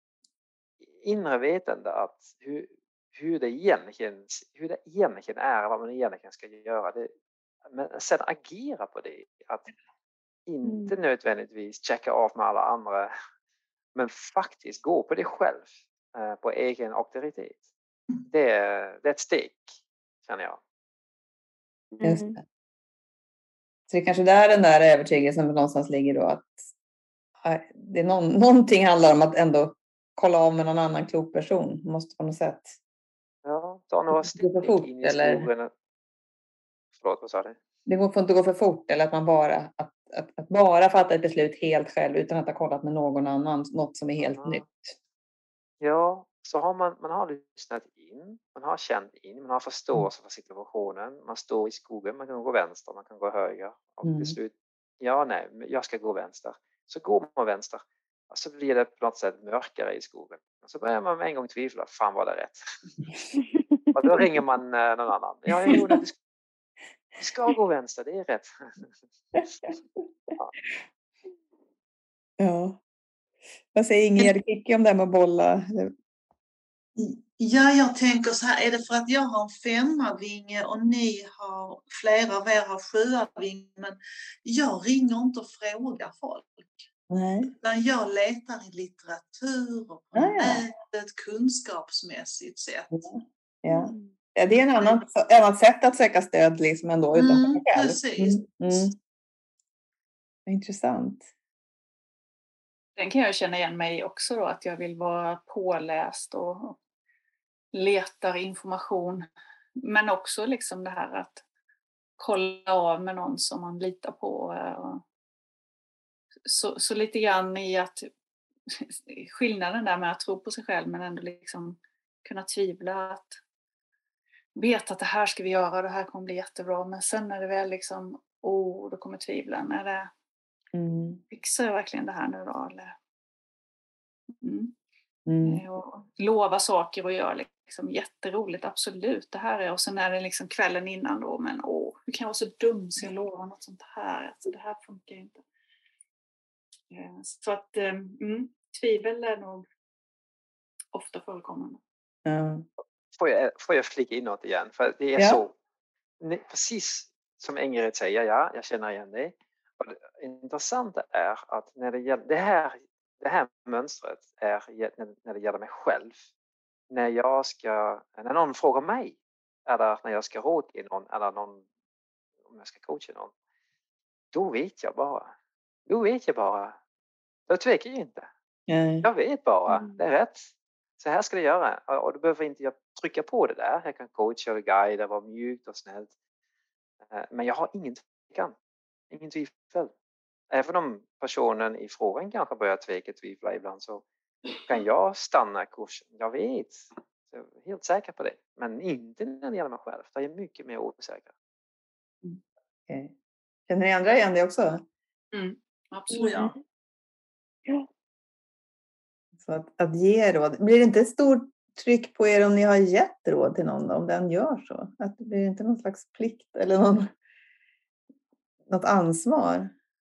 inre vetande att hur, hur, det egentligen, hur det egentligen är, vad man egentligen ska göra. Det, men sen agera på det. Att inte nödvändigtvis checka av med alla andra. Men faktiskt gå på det själv. Eh, på egen auktoritet. Det, det är ett steg, känner jag. Just det. Så det är kanske där den där övertygelsen någonstans ligger då. Att det är någon, någonting handlar om att ändå kolla av med någon annan klok person. Måste på något sätt. Ja, ta några steg för fort, in i eller? skogen. Förlåt, vad sa du? Det får inte gå för fort eller att man bara, att, att, att bara fatta ett beslut helt själv utan att ha kollat med någon annan. Något som är helt Ja. nytt. Ja, så har man, man har lyssnat in, man har känt in, man har förståelse för situationen. Man står i skogen, man kan gå vänster, man kan gå höger. Och Mm. beslut, ja nej, jag ska gå vänster. Så går man vänster. Och så blir det på något sätt mörkare i skogen. Och så börjar man med en gång tvivla, fan var det rätt? Och då ringer man eh, någon annan. Ja, jo, nej, du ska, du ska gå vänster, det är rätt. Ja. Ja. Vad säger Ingegerd Kicki om det här med att bolla? Ja, jag tänker så här, är det för att jag har en femmavinge och ni har, flera av er har sjuavinge, men jag ringer inte och frågar folk. Nej. Utan jag letar i litteratur och på Ah, ja. nätet, kunskapsmässigt sett. Ja. Ja, det är en annan, annat sätt att söka stöd liksom ändå utanför Mm, sig själv. precis. Mm, mm. Intressant. Den kan jag känna igen mig också då, att jag vill vara påläst och letar information. Men också liksom det här att kolla av med någon som man litar på. Så, så lite grann i att skillnaden där med att tro på sig själv men ändå liksom kunna tvivla. Att veta att det här ska vi göra, det här kommer bli jättebra. Men sen när det väl liksom, åh, oh, då kommer tvivlen. Är det, Mm. fixar jag verkligen det här nu då? Eller, mm. Mm. Och lova saker och göra liksom jätteroligt, absolut. Det här är, och sen är det liksom kvällen innan då, men åh, hur kan jag vara så dum så jag lovar något sånt här? Alltså, det här funkar inte. Så att mm, tvivel är nog ofta förekommande. Ja. Får jag, får jag flika in något igen? För det är Ja. så, precis som Ingrid säger, ja, jag känner igen det. Och det intressanta är att när det gäller det här, det här mönstret är när det gäller mig själv. När jag ska, när någon frågar mig, eller när jag ska råd till någon, eller någon, om jag ska coacha någon, då vet jag bara. Då vet jag bara. Då tvekar jag inte. Nej. Jag vet bara, Mm. det är rätt. Så här ska det göra. Och då behöver inte jag trycka på det där. Jag kan coacha och guida, vara mjukt och snällt. Men jag har ingen tvekan. Ingen tvivel. Även om personen i frågan kanske börjar tveka, tvivla ibland, så kan jag stanna kursen. Jag vet. Jag är helt säker på det. Men inte när det gäller mig själv. Jag är mycket mer osäker. Mm. Okay. Känner ni andra igen det också? Mm. Absolut. Ja. Ja. Så att, att ge råd. Blir det inte ett stort tryck på er om ni har gett råd till någon, om den gör så? Att det blir inte någon slags plikt eller någon, något ansvar?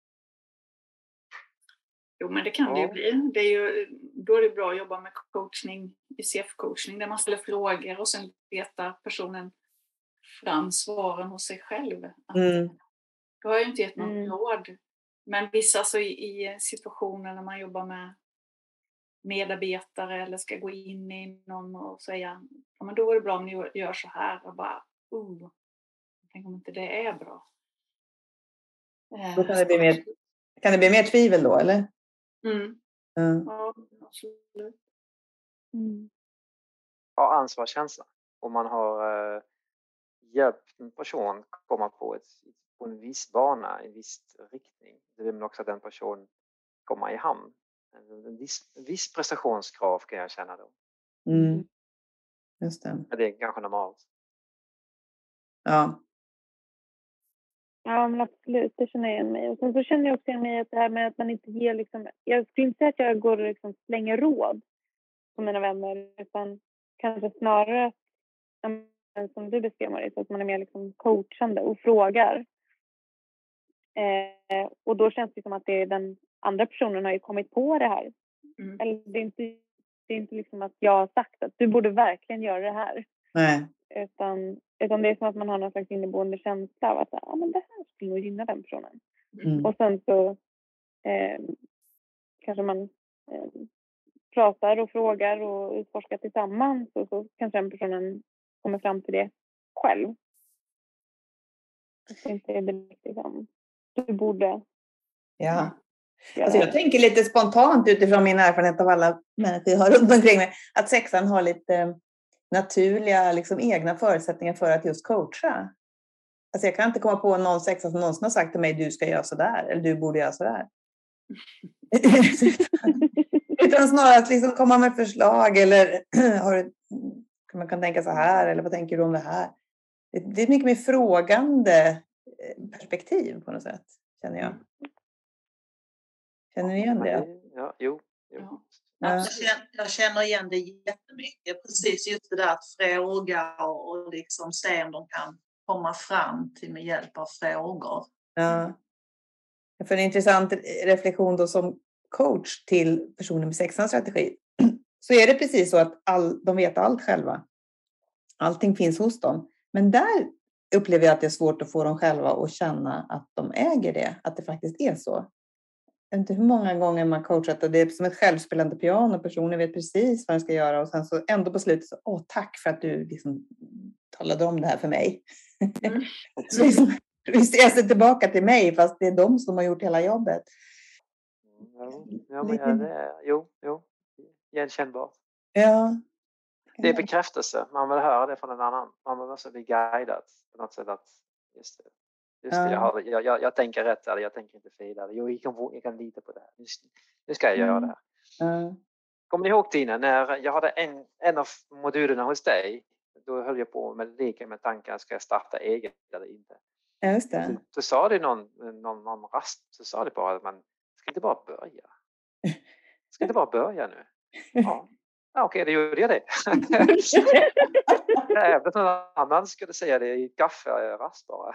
Jo, men det kan det ju Ja. bli. Det är ju, då är det bra att jobba med coachning, I C F-coachning, där man ställer frågor och sen letar personen fram svaren hos sig själv. Att, Mm. då har jag ju inte gett något Mm. råd. Men vissa så i, i situationer när man jobbar med medarbetare eller ska gå in i någon och säga, ja men då är det bra om ni gör så här, och bara, oh, tänk om inte det är bra. Då kan det bli mer, kan det bli mer tvivel då, eller? Mm. Mm. Ja, absolut. Mm. Ha ansvarskänsla. Om man har uh, hjälpt en person komma på, ett, på en viss bana, en viss riktning. Det vill man också att den personen kommer i hamn. En viss, en viss prestationskrav kan jag känna då. Mm. Just det. Men det är kanske normalt. Ja. Ja, men absolut, det känner jag igen mig. Och sen så känner jag också igen mig att det här med att man inte ger liksom, jag skulle inte säga att jag går och liksom slänger råd på mina vänner, utan kanske snarare som du beskrev, Marie, så att man är mer liksom coachande och frågar. Eh, och då känns det som att det är den andra personen har ju kommit på det här. Mm. Eller det är inte, det är inte liksom att jag har sagt att du borde verkligen göra det här. Nej. Utan, utan det är som att man har någon slags inneboende känsla av att ah, men det här skulle nog gynna den personen. Mm. Och sen så eh, kanske man eh, pratar och frågar och utforskar tillsammans, och så kanske den personen kommer fram till det själv. Det inte är det liksom, du borde. Ja. göra Alltså jag tänker lite spontant utifrån min erfarenhet av alla människor jag har runt omkring mig, att sexan har lite naturliga liksom, egna förutsättningar för att just coacha. Alltså jag kan inte komma på någon sexa som någonsin har sagt till mig, du ska göra sådär, eller du borde göra sådär. Utan snarare att liksom komma med förslag, eller har du, man kan tänka så här, eller vad tänker du om det här? Det, det är ett mycket mer frågande perspektiv på något sätt, känner jag. Känner ni igen det? Ja, jo. jo. Ja. Ja. Jag, känner, jag känner igen det jättemycket. Precis just det där att fråga och, och liksom se om de kan komma fram till med hjälp av frågor. Ja. För en intressant reflektion då som coach till personer med sexans strategi, så är det precis så att all, de vet allt själva. Allting finns hos dem. Men där upplever jag att det är svårt att få dem själva att känna att de äger det. Att det faktiskt är så. Jag vet inte hur många gånger man coachat, och det är som ett självspelande piano. Personen vet precis vad den ska göra, och sen så ändå på slutet så, åh tack för att du liksom talade om det här för mig. Mm. Så liksom, vi ser sig tillbaka till mig, fast det är de som har gjort hela jobbet. Ja, ja men ja, det är, jo, jo, igenkännbart. Ja. Det är bekräftelse, man vill höra det från en annan. Man vill också bli guidad på något sätt, att just det, just det, jag, har, jag, jag, jag tänker rätt, eller jag tänker inte fel, eller jo, jag kan, jag kan lita på det här. Just, nu ska jag göra det här. Ja. Kommer ni ihåg Tina, när jag hade en, en av modulerna hos dig, då höll jag på med leka med tankar, ska jag starta eget eller inte? Ja, just det. Du, du sa det någon, någon, någon rast, så sa det bara att man ska inte bara börja. Ska inte bara börja nu? Ja, ja okej, då gjorde jag det. Även någon annan skulle säga det i kafferast bara.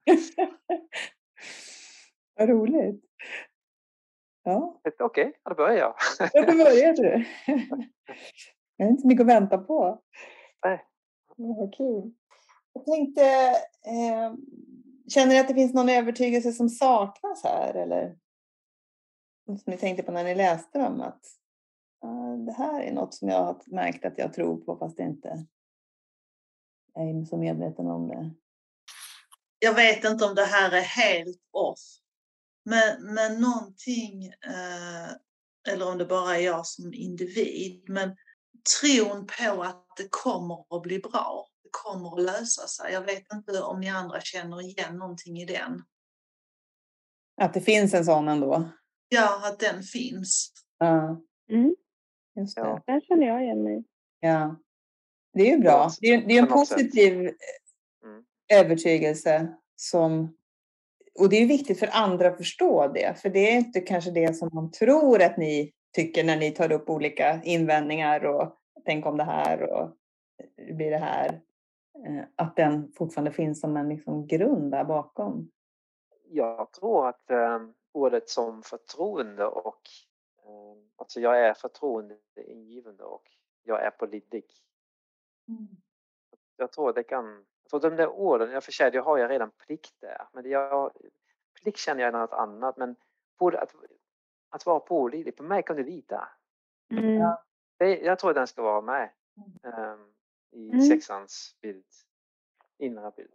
Vad roligt. Ja, Okej, okay, då börjar jag. ja, då började du. Jag har inte så mycket att vänta på. Nej. Ja, vad kul. Jag tänkte, eh, känner ni att det finns någon övertygelse som saknas här? Eller som ni tänkte på när ni läste dem? Att ah, det här är något som jag har märkt att jag tror på fast jag inte är så medveten om det. Jag vet inte om det här är helt off. Men, men någonting, eh, eller om det bara är jag som individ, men tron på att det kommer att bli bra, det kommer att lösa sig. Jag vet inte om ni andra känner igen någonting i den. Att det finns en sån ändå? Ja, att den finns. Ja, Mm. just det. Ja. Där känner jag igen mig. Ja, det är ju bra. Det är, det är en På något sätt. positiv Mm. övertygelse som... Och det är viktigt för andra att förstå det. För det är inte kanske det som man tror att ni tycker när ni tar upp olika invändningar och tänk om det här och det blir det här. Att den fortfarande finns som en liksom grund där bakom. Jag tror att eh, ordet som förtroende och eh, alltså jag är förtroendeingivande och jag är pålitlig. Mm. Jag tror det kan, jag tror de där orden, jag förstår, jag har ju redan plikt där, men jag, plikt känner jag något annat, men på, att, att vara pålitlig, på mig kan du lita. Mm. Ja. Det, jag tror den ska vara med um, i Mm. sexans bild, inre bild.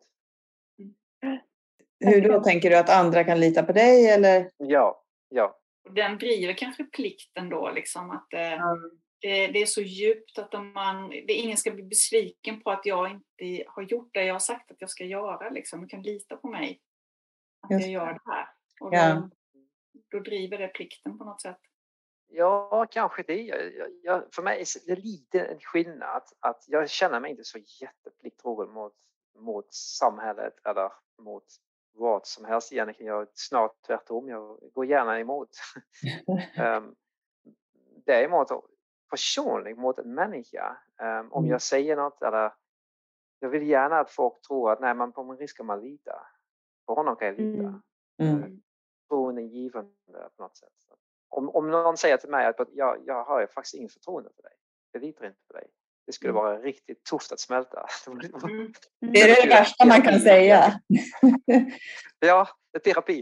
Hur då tänker du att andra kan lita på dig eller? Ja, ja. Den driver kanske plikten då, liksom att eh, Mm. det, det är så djupt att om man, det, ingen ska bli besviken på att jag inte har gjort det jag har sagt att jag ska göra. Liksom. Du kan lita på mig att Just jag gör det här. Och Ja. då, då driver det plikten på något sätt. Ja, kanske det. Jag, jag, jag, för mig är det lite en skillnad att jag känner mig inte så jättepliktrogen mot, mot samhället eller mot vad som helst. Egentligen jag snart tvärtom. Jag går gärna emot. um, däremot personligt mot en människa. Um, om Mm. jag säger något eller jag vill gärna att folk tror att nej, man på en risk ska man lita. På honom kan jag lita. Mm. Mm. Förtroendegivande på något sätt. Om, om någon säger till mig att jag, jag har ju faktiskt ingen förtroende för dig. Jag litar inte på dig. Det skulle Mm. vara riktigt tufft att smälta. Mm. Det är det värsta man kan säga. Ja, det är terapi.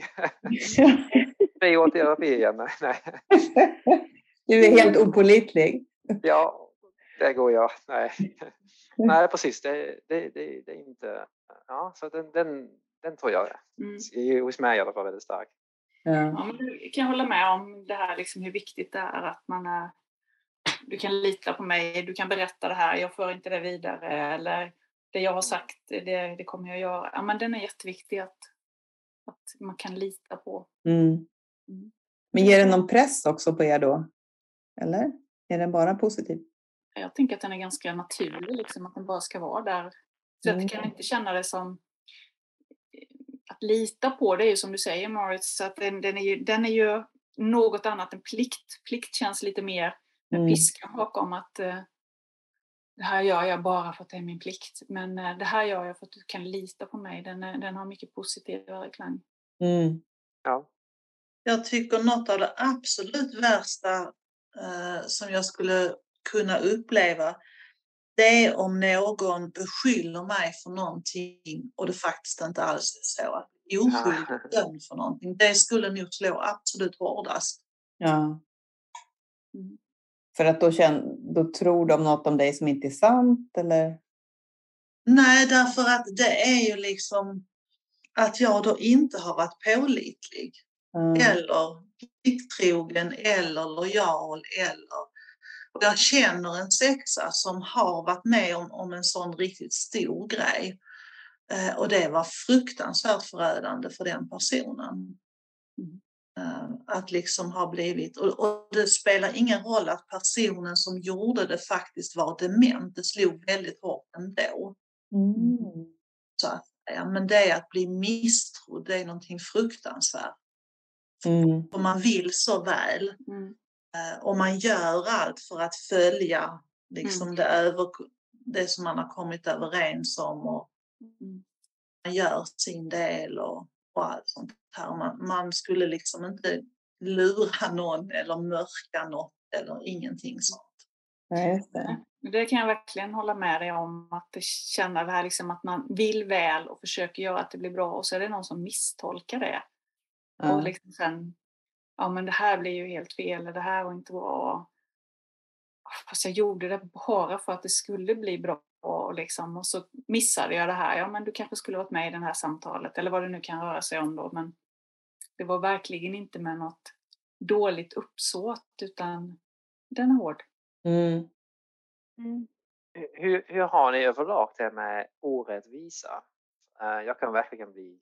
Tre år terapi igen. Nej, nej. Du är helt opålitlig. Ja, det går jag. Nej, nej precis. Det, det, det, det är inte... Ja, så den, den, den tror jag Mm. är hos mig i alla fall väldigt stark. Ja. Ja, men du kan hålla med om det här, liksom, hur viktigt det är att man är, du kan lita på mig, du kan berätta det här, jag för inte det vidare, eller det jag har sagt, det, det kommer jag göra. Ja, men den är jätteviktig att, att man kan lita på. Mm. Mm. Men ger den någon press också på er då? Eller? Är den bara positiv? Jag tänker att den är ganska naturlig, liksom, att den bara ska vara där. Så Mm. jag kan inte känna det som att lita på, det är ju som du säger Marit, så att den, den, är ju, den är ju något annat än plikt. Plikt känns lite mer med Mm. piskan bakom att eh, det här gör jag bara för att det är min plikt. Men eh, det här gör jag för att du kan lita på mig. Den, är, den har mycket positivare klang. Mm. Ja. Jag tycker något av det absolut värsta eh, som jag skulle kunna uppleva, det är om någon beskyller mig för någonting och det faktiskt inte alls är så. Att oskyldigt dömd för någonting. Det skulle nog slå absolut hårdast. Ja. Mm. För att då, känn, då tror de något om dig som inte är sant, eller? Nej, därför att det är ju liksom att jag då inte har varit pålitlig. Mm. Eller plikttrogen eller lojal eller... Och jag känner en sexa som har varit med om, om en sån riktigt stor grej. Eh, och det var fruktansvärt förödande för den personen. Mm. Uh, att liksom ha blivit, och, och det spelar ingen roll att personen som gjorde det faktiskt var dement, det slog väldigt hårt ändå. Mm. Så att, ja, men det är att bli misstrodd, det är någonting fruktansvärt. Mm. Och man vill så väl. Mm. Uh, och man gör allt för att följa liksom Mm. det, över, det som man har kommit överens om, och Mm. man gör sin del och, och allt sånt här. Man, man skulle liksom inte lura någon eller mörka något eller ingenting sånt. Ja, just det. Det kan jag verkligen hålla med dig om, att känna det här liksom att man vill väl och försöker göra att det blir bra, och så är det någon som misstolkar det. Ja. Och liksom sen, ja men det här blir ju helt fel, eller det här var inte bra. Fast jag gjorde det bara för att det skulle bli bra, och, liksom, och så missade jag det här. Ja men du kanske skulle varit med i det här samtalet, eller vad det nu kan röra sig om då. Men det var verkligen inte med något dåligt uppsåt, utan den är hård. Mm. Mm. Hur, hur har ni överlag det med orättvisa? Jag kan verkligen bli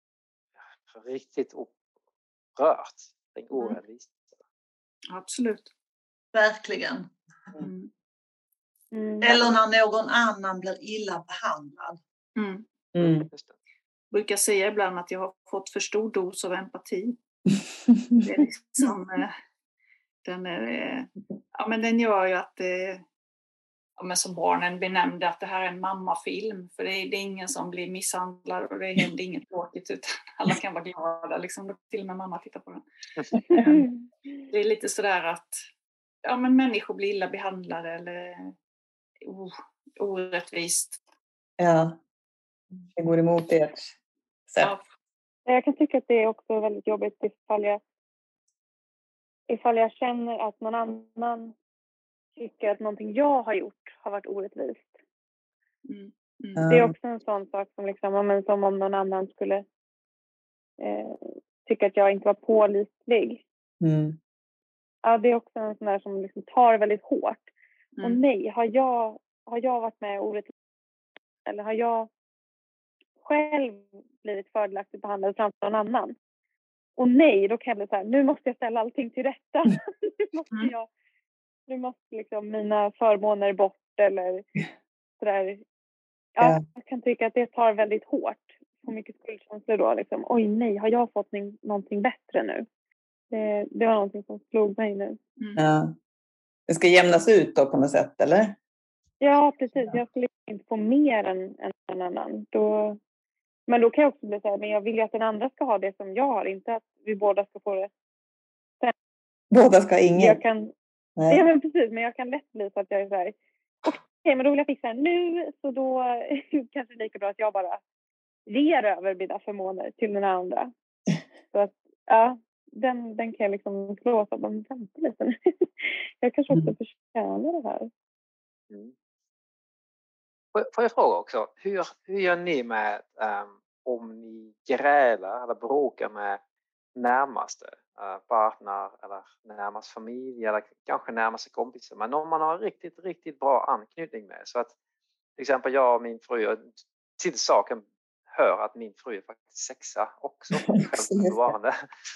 riktigt upprört kring orättvisa. Absolut. Verkligen. Mm. Mm. Eller när någon annan blir illa behandlad. Mm. Mm. Just det. Jag brukar säga ibland att jag har fått för stor dos av empati. Det är liksom, eh, den, är, eh, ja, men den gör ju att eh, ja, men som barnen benämnde att det här är en mammafilm. För det är, det är ingen som blir misshandlad och det händer inget tråkigt, utan alla kan vara glada. Liksom, till och med mamma tittar på den. Det är lite sådär att ja, men människor blir illa behandlade eller oh, orättvist. Ja, det går emot ert sätt. Ja. Jag kan tycka att det är också väldigt jobbigt ifall jag, ifall jag känner att någon annan tycker att någonting jag har gjort har varit orättvist. Mm. Mm. Ja. Det är också en sån sak som, liksom, ja, men som om någon annan skulle eh, tycka att jag inte var pålitlig. Mm. Ja, det är också en sån där som liksom tar väldigt hårt. Mm. Och nej, har jag, har jag varit med orättvist? Eller har jag själv blivit fördelaktigt behandlad framför någon annan? Och nej, då kan jag bli så här, nu måste jag ställa allting till rätta. nu måste Mm. jag, nu måste liksom mina förmåner bort eller sådär. Ja, Ja. jag kan tycka att det tar väldigt hårt. Så mycket skuldkänslor då liksom. Oj nej, har jag fått n- någonting bättre nu? Det, det var någonting som slog mig nu. Mm. Ja. Det ska jämnas ut då på något sätt, eller? Ja, precis. Jag skulle inte få mer än, än en annan. Då, men då kan jag också bli så här, men jag vill ju att den andra ska ha det som jag har. Inte att vi båda ska få det. Båda ska ha inget. Jag kan, Nej. ja, men precis. Men jag kan lätt bli så att jag är så här, okej, men då vill jag fixa det nu. Så då kanske det är lika bra att jag bara ger över mina förmåner till den andra. Så att, ja, den, den kan jag liksom slå så att de väntar lite nu. Jag kanske också Mm. förtjänar det här. Mm. Får, får jag fråga också, hur, hur gör ni med um, om ni grälar eller bråkar med närmaste uh, partner eller närmast familj eller kanske närmaste kompisar, men om man har riktigt, riktigt bra anknytning med, så att till exempel jag och min fru, till saken hör att min fru är faktiskt sexa också, självbevarande.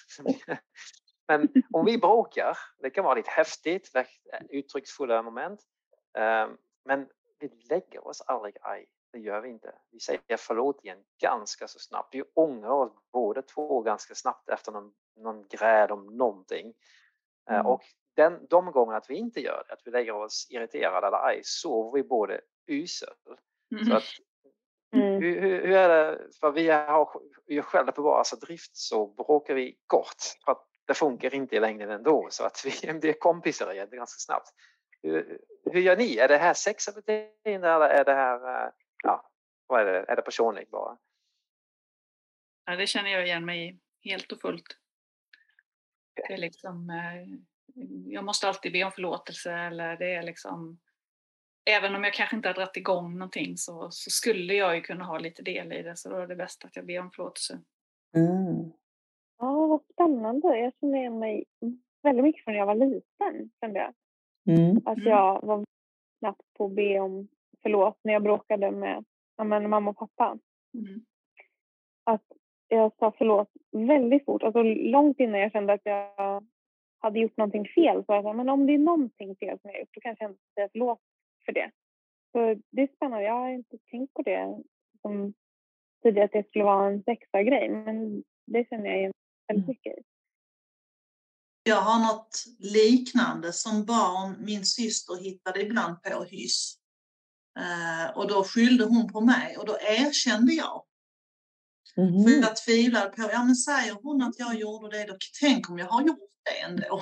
Men om vi bråkar, det kan vara lite häftigt, uttrycksfulla moment, um, men vi lägger oss aldrig aj. Det gör vi inte. Vi säger förlåt igen ganska så snabbt. Vi ångrar oss båda två ganska snabbt efter någon, någon gräl om någonting. Mm. Uh, och den, de gånger att vi inte gör det, att vi lägger oss irriterade eller aj, sover vi både usel. Mm. Så att, Mm. hur, hur, hur är det, för vi har ju själva på vår drift så bråkar vi gott. För att det funkar inte i längden ändå. Så att vi blir kompisar igen ganska snabbt. Hur, hur gör ni? Är det här sexbeteende eller är det här, ja, vad är det? Är det personligt bara? Ja, det känner jag igen mig i helt och fullt. Det är liksom, jag måste alltid be om förlåtelse, eller det är liksom, även om jag kanske inte har dragit igång någonting så, så skulle jag ju kunna ha lite del i det, så då är det bäst att jag ber om förlåtelse. Mm. Ja, vad spännande. Jag känner igen mig väldigt mycket från när jag var liten, kände jag. Mm. Att Mm. jag var snabbt på att be om förlåt när jag bråkade med, ja, men mamma och pappa. Mm. Att jag sa förlåt väldigt fort. Alltså långt innan jag kände att jag hade gjort någonting fel. Så jag sa, men om det är någonting fel som jag har gjort, då kanske jag inte ska säga förlåt för det. Så det är spännande. Jag har inte tänkt på det som tidigare, att det skulle vara en sexa grej. Men det känner jag igen väldigt mycket i. Jag har något liknande som barn. Min syster hittade ibland på hyss. Eh, och då skyllde hon på mig. Och då erkände jag. Mhm. För jag tvivlade på, ja men säger hon att jag gjorde det, då tänk om jag har gjort det ändå.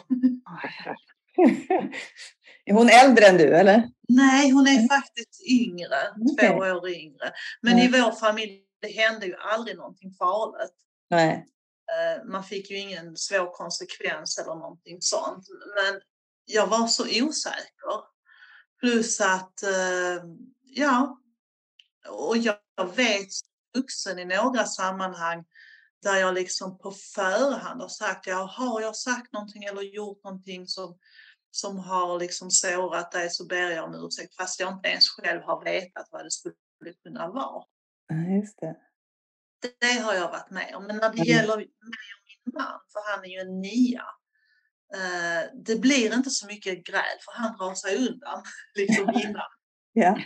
Är hon äldre än du, eller? Nej, hon är faktiskt yngre, Okej. två år yngre. Men Ja. i vår familj, det hände ju aldrig någonting farligt. Nej. Eh, Man fick ju ingen svår konsekvens eller någonting sånt. Men jag var så osäker. Plus att, eh, ja, och jag vet vuxen i några sammanhang där jag liksom på förhand har sagt, ja, har jag sagt någonting eller gjort någonting som, som har liksom sårat dig, så ber jag om ursäkt, fast jag inte ens själv har vetat vad det skulle kunna vara. Ja, just det. Det, det har jag varit med om. Men när det Mm. gäller mig och min man, för han är ju en nia, eh, det blir inte så mycket gräl, för han drar sig undan liksom innan. Ja.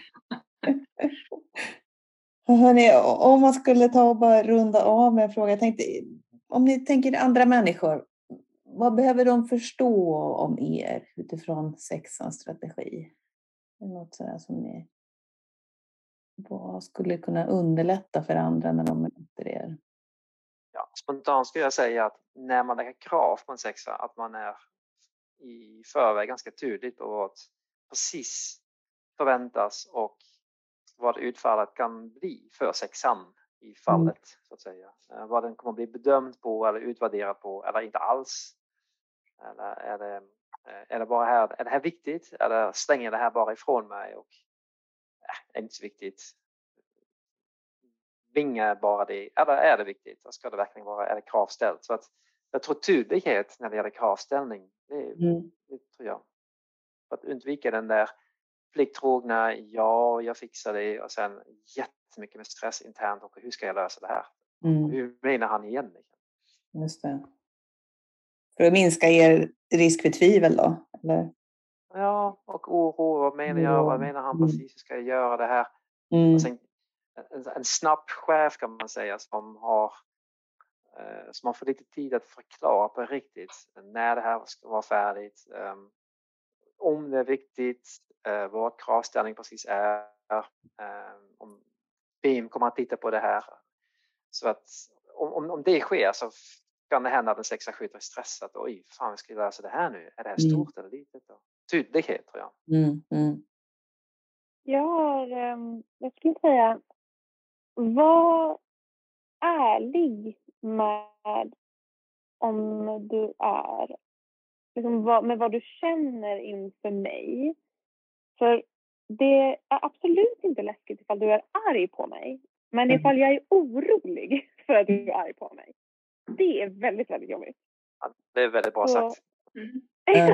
Hörrni, om man skulle ta och bara runda av med en fråga. Jag tänkte, om ni tänker andra människor, vad behöver de förstå om er utifrån sexans strategi? Är det något sådär som ni, vad skulle kunna underlätta för andra när de möter er? Ja, spontant skulle jag säga att när man lägger krav på en sexa, att man är i förväg ganska tydligt på vad precis förväntas och vad utfallet kan bli för sexan i fallet, mm. så att säga. Vad den kommer bli bedömd på eller utvärderad på eller inte alls. Eller är det, är det bara här, är det här viktigt? Eller stänger det här bara ifrån mig och äh, är inte så viktigt? Vingar bara det, eller är det viktigt? Ska det verkligen vara, är det kravställt? Så att jag tror tydlighet när det gäller kravställning, det, mm. det tror jag. För att undvika den där plikttrogna, ja, jag fixar det, och sen jättemycket med stress internt och hur ska jag lösa det här? Mm. Hur menar han igen? Just det. För att minska er risk för tvivel då? Eller? Ja, och oro, vad menar jag? Vad menar han precis? Hur ska jag göra det här? Mm. Och sen, en, en snabb chef kan man säga som har eh, som har för lite tid att förklara på riktigt när det här ska vara färdigt. Um, om det är viktigt, uh, vad kravställning precis är. Uh, om B I M kommer att titta på det här. Så att om, om, om det sker så kan det hända att en sexa skjuter i stress. Att oj, fan, ska jag lösa det här nu? Är det här stort mm. eller litet? Då? Tydlighet tror jag. Mm, mm. Jag har, um, jag skulle säga, var ärlig med om du är, liksom vad, med vad du känner inför mig. För det är absolut inte läskigt ifall du är arg på mig. Men mm. ifall jag är orolig för att du är arg på mig. Det är väldigt, väldigt jobbigt. Ja, det är väldigt bra så, sagt. Mm.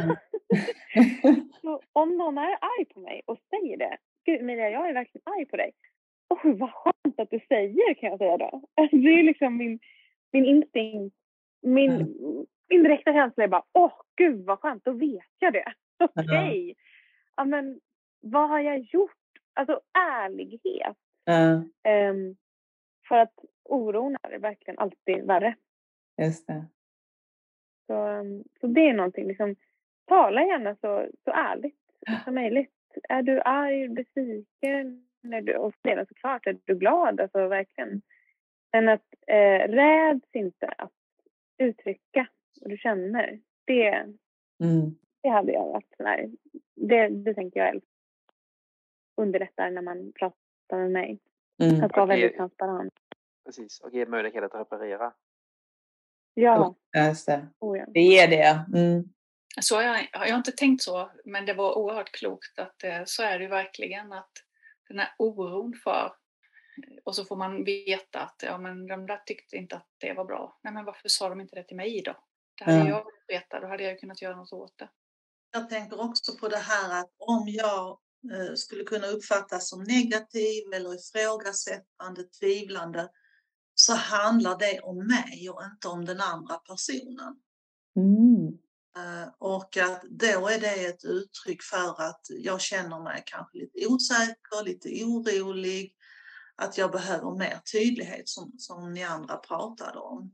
Så om någon är arg på mig och säger det. Gud Emilia, jag är verkligen arg på dig. Åh, vad skönt att du säger, kan jag säga då. Det är liksom min, min instinkt. Min, mm. min direkta känsla är bara, åh gud vad skönt, då vet jag det. Okej. Okay. Ja, men vad har jag gjort? Alltså ärlighet. Mm. Um, för att oron är verkligen alltid värre. Just det. Så, um, så det är någonting, liksom, tala gärna så, så ärligt som möjligt. Är du arg, besviken? Är du, och sedan såklart, är du glad? Alltså verkligen. Men att eh, räds inte att uttrycka vad du känner. Det, mm. det hade jag varit sådär. Det, det tänker jag underlättar när man pratar med mig. Mm. Att vara väldigt transparent. Precis, och ge möjlighet att reparera. Ja. Just det. Oh, ja. Det ger det. Mm. Så har jag, jag har inte tänkt så, men det var oerhört klokt att så är det verkligen, att den här oron för, och så får man veta att ja, men de där tyckte inte att det var bra. Nej, men varför sa de inte det till mig då? Det hade ja. jag vetat, då hade jag kunnat göra något åt det. Jag tänker också på det här att om jag eh, skulle kunna uppfattas som negativ eller ifrågasättande, tvivlande, så handlar det om mig och inte om den andra personen. Mm. Och att då är det ett uttryck för att jag känner mig kanske lite osäker, lite orolig, att jag behöver mer tydlighet som, som ni andra pratade om.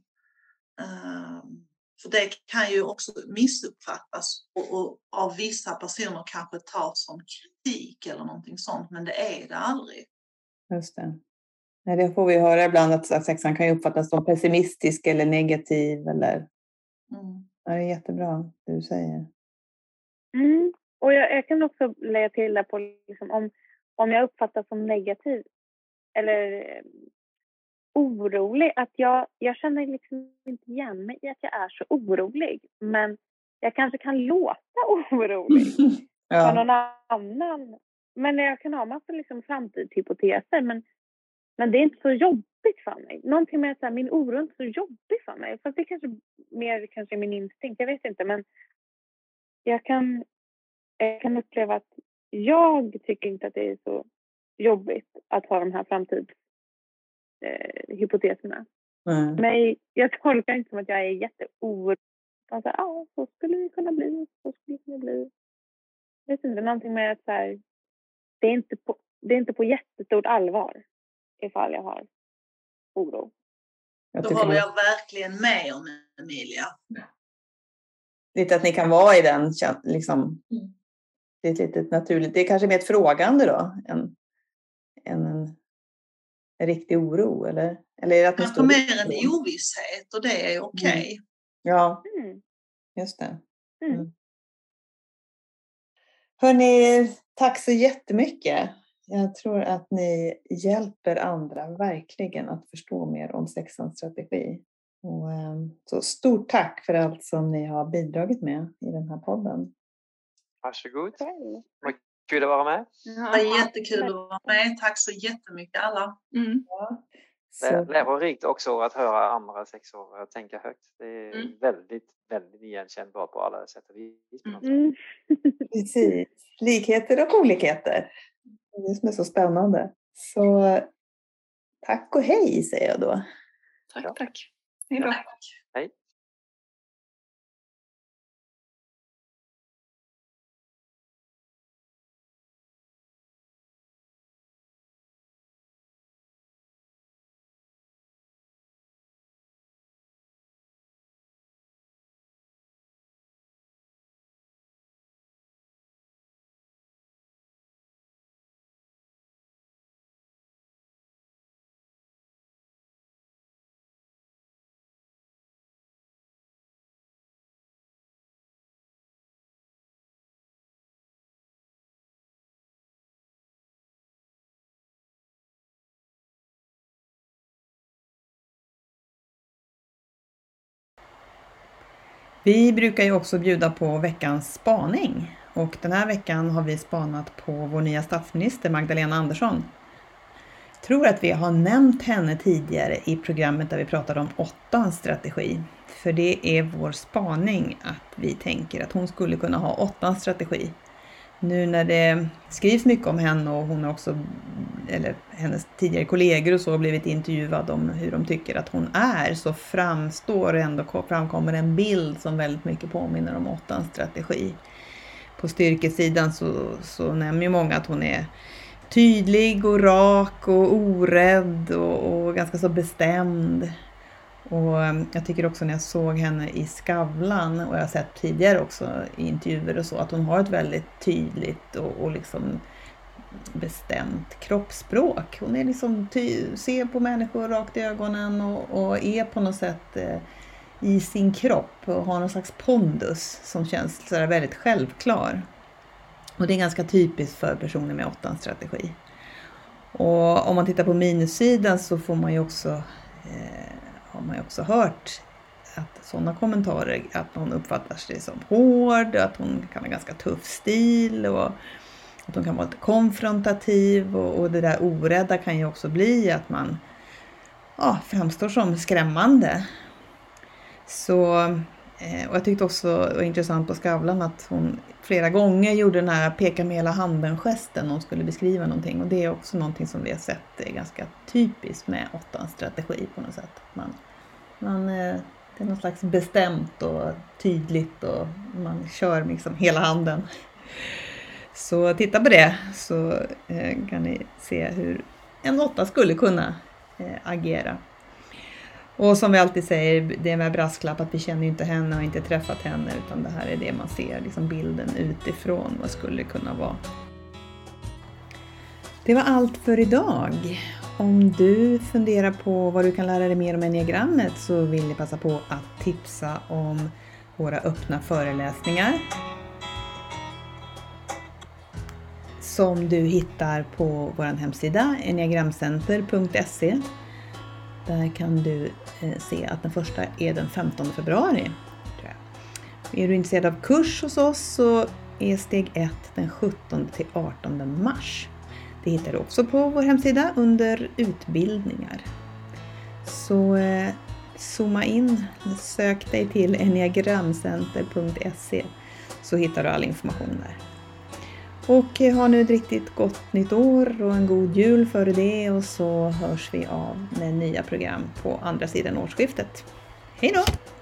För det kan ju också missuppfattas och, och av vissa personer kanske tas som kritik eller någonting sånt, men det är det aldrig. Just det. Nej, det får vi höra ibland att sexan kan ju uppfattas som pessimistisk eller negativ. Eller... Mm. Ja, det är jättebra det du säger. Mm. Och jag, jag kan också lägga till där på liksom, om, om jag uppfattas som negativ eller eh, orolig. Att jag, jag känner liksom inte igen mig i att jag är så orolig. Men jag kanske kan låta orolig Ja. för någon annan. Men jag kan ha massa liksom framtidshypoteser. Men, men det är inte så jobbigt för mig. Någonting med att så här, min oro är inte så jobbig för mig. Fast det är kanske mer kanske min instinkt. Jag vet inte. Men jag kan, jag kan uppleva att jag tycker inte att det är så jobbigt att ha de här framtidshypoteserna. Mm. Men jag tolkar inte som att jag är jätteorolig. Alltså, ja, så skulle det kunna bli. Så skulle det kunna bli. Jag vet inte, någonting med att så här, det är inte på, det är inte på jättestort allvar ifall jag har oro. Jag Då tycker håller det- jag verkligen med om Emilia. lite att ni kan vara i den kän- liksom, Mm. det är ett litet naturligt, det är kanske mer ett frågande då än, än en, en riktig oro eller, eller är det att ni Kanske står- mer en ovisshet och det är okej. Ja, Mm. just det. Mm. Mm. Hörrni, tack så jättemycket. Jag tror att ni hjälper andra verkligen att förstå mer om sexans strategi. Och, eh, så stort tack för allt som ni har bidragit med i den här podden. Varsågod. Själv. Vad kul att vara med. Det var jättekul att vara med. Tack så jättemycket alla. Mm. Så, Lä- Lärorikt också att höra andra sexåringar tänka högt. Det är Mm. väldigt, väldigt igenkännbart på alla sätt och vis. på något sätt. Mm. precis. Likheter och olikheter. Det är det som är så spännande. Så tack och hej säger jag då. Tack, Ja. tack. Hej då. Hej. Vi brukar ju också bjuda på veckans spaning. Och den här veckan har vi spanat på vår nya statsminister Magdalena Andersson. Jag tror att vi har nämnt henne tidigare i programmet där vi pratade om åttans strategi. För det är vår spaning att vi tänker att hon skulle kunna ha åttans strategi. Nu när det skrivs mycket om henne och hon har också, eller hennes tidigare kollegor och så, har blivit intervjuad om hur de tycker att hon är, så framstår ändå, framkommer en bild som väldigt mycket påminner om åttans strategi. På styrkesidan så, så nämner ju många att hon är tydlig och rak och orädd och, och ganska så bestämd. Och jag tycker också när jag såg henne i Skavlan, och jag har sett tidigare också i intervjuer och så, att hon har ett väldigt tydligt och, och liksom bestämt kroppsspråk. Hon är liksom ty- ser på människor rakt i ögonen och, och är på något sätt eh, i sin kropp och har någon slags pondus som känns så där väldigt självklar. Och det är ganska typiskt för personer med åttans strategi. Och om man tittar på minussidan så får man ju också eh, har man ju också hört att sådana kommentarer, att hon uppfattar sig som hård, att hon kan ha ganska tuff stil och att hon kan vara lite konfrontativ, och, och det där orädda kan ju också bli att man ja, framstår som skrämmande. Så Och jag tyckte också det var intressant på Skavlan att hon flera gånger gjorde den här peka med hela handen-gesten när hon skulle beskriva någonting. Och det är också någonting som vi har sett är ganska typiskt med åttans strategi på något sätt. Man, man, det är något slags bestämt och tydligt och man kör liksom hela handen. Så titta på det så kan ni se hur en åtta skulle kunna agera. Och som vi alltid säger, det är med brasklapp att vi känner inte henne och inte träffat henne, utan det här är det man ser, liksom bilden utifrån vad skulle kunna vara. Det var allt för idag. Om du funderar på vad du kan lära dig mer om enneagrammet så vill jag passa på att tipsa om våra öppna föreläsningar som du hittar på vår hemsida enneagramcenter punkt se. Där kan du eh, se att den första är den femtonde februari. Tror jag. Är du intresserad av kurs hos oss så är steg ett den sjuttonde till artonde mars. Det hittar du också på vår hemsida under utbildningar. Så eh, zooma in, sök dig till enneagramcenter punkt se så hittar du all information där. Och ha nu ett riktigt gott nytt år och en god jul före det och så hörs vi av med nya program på andra sidan årsskiftet. Hej då!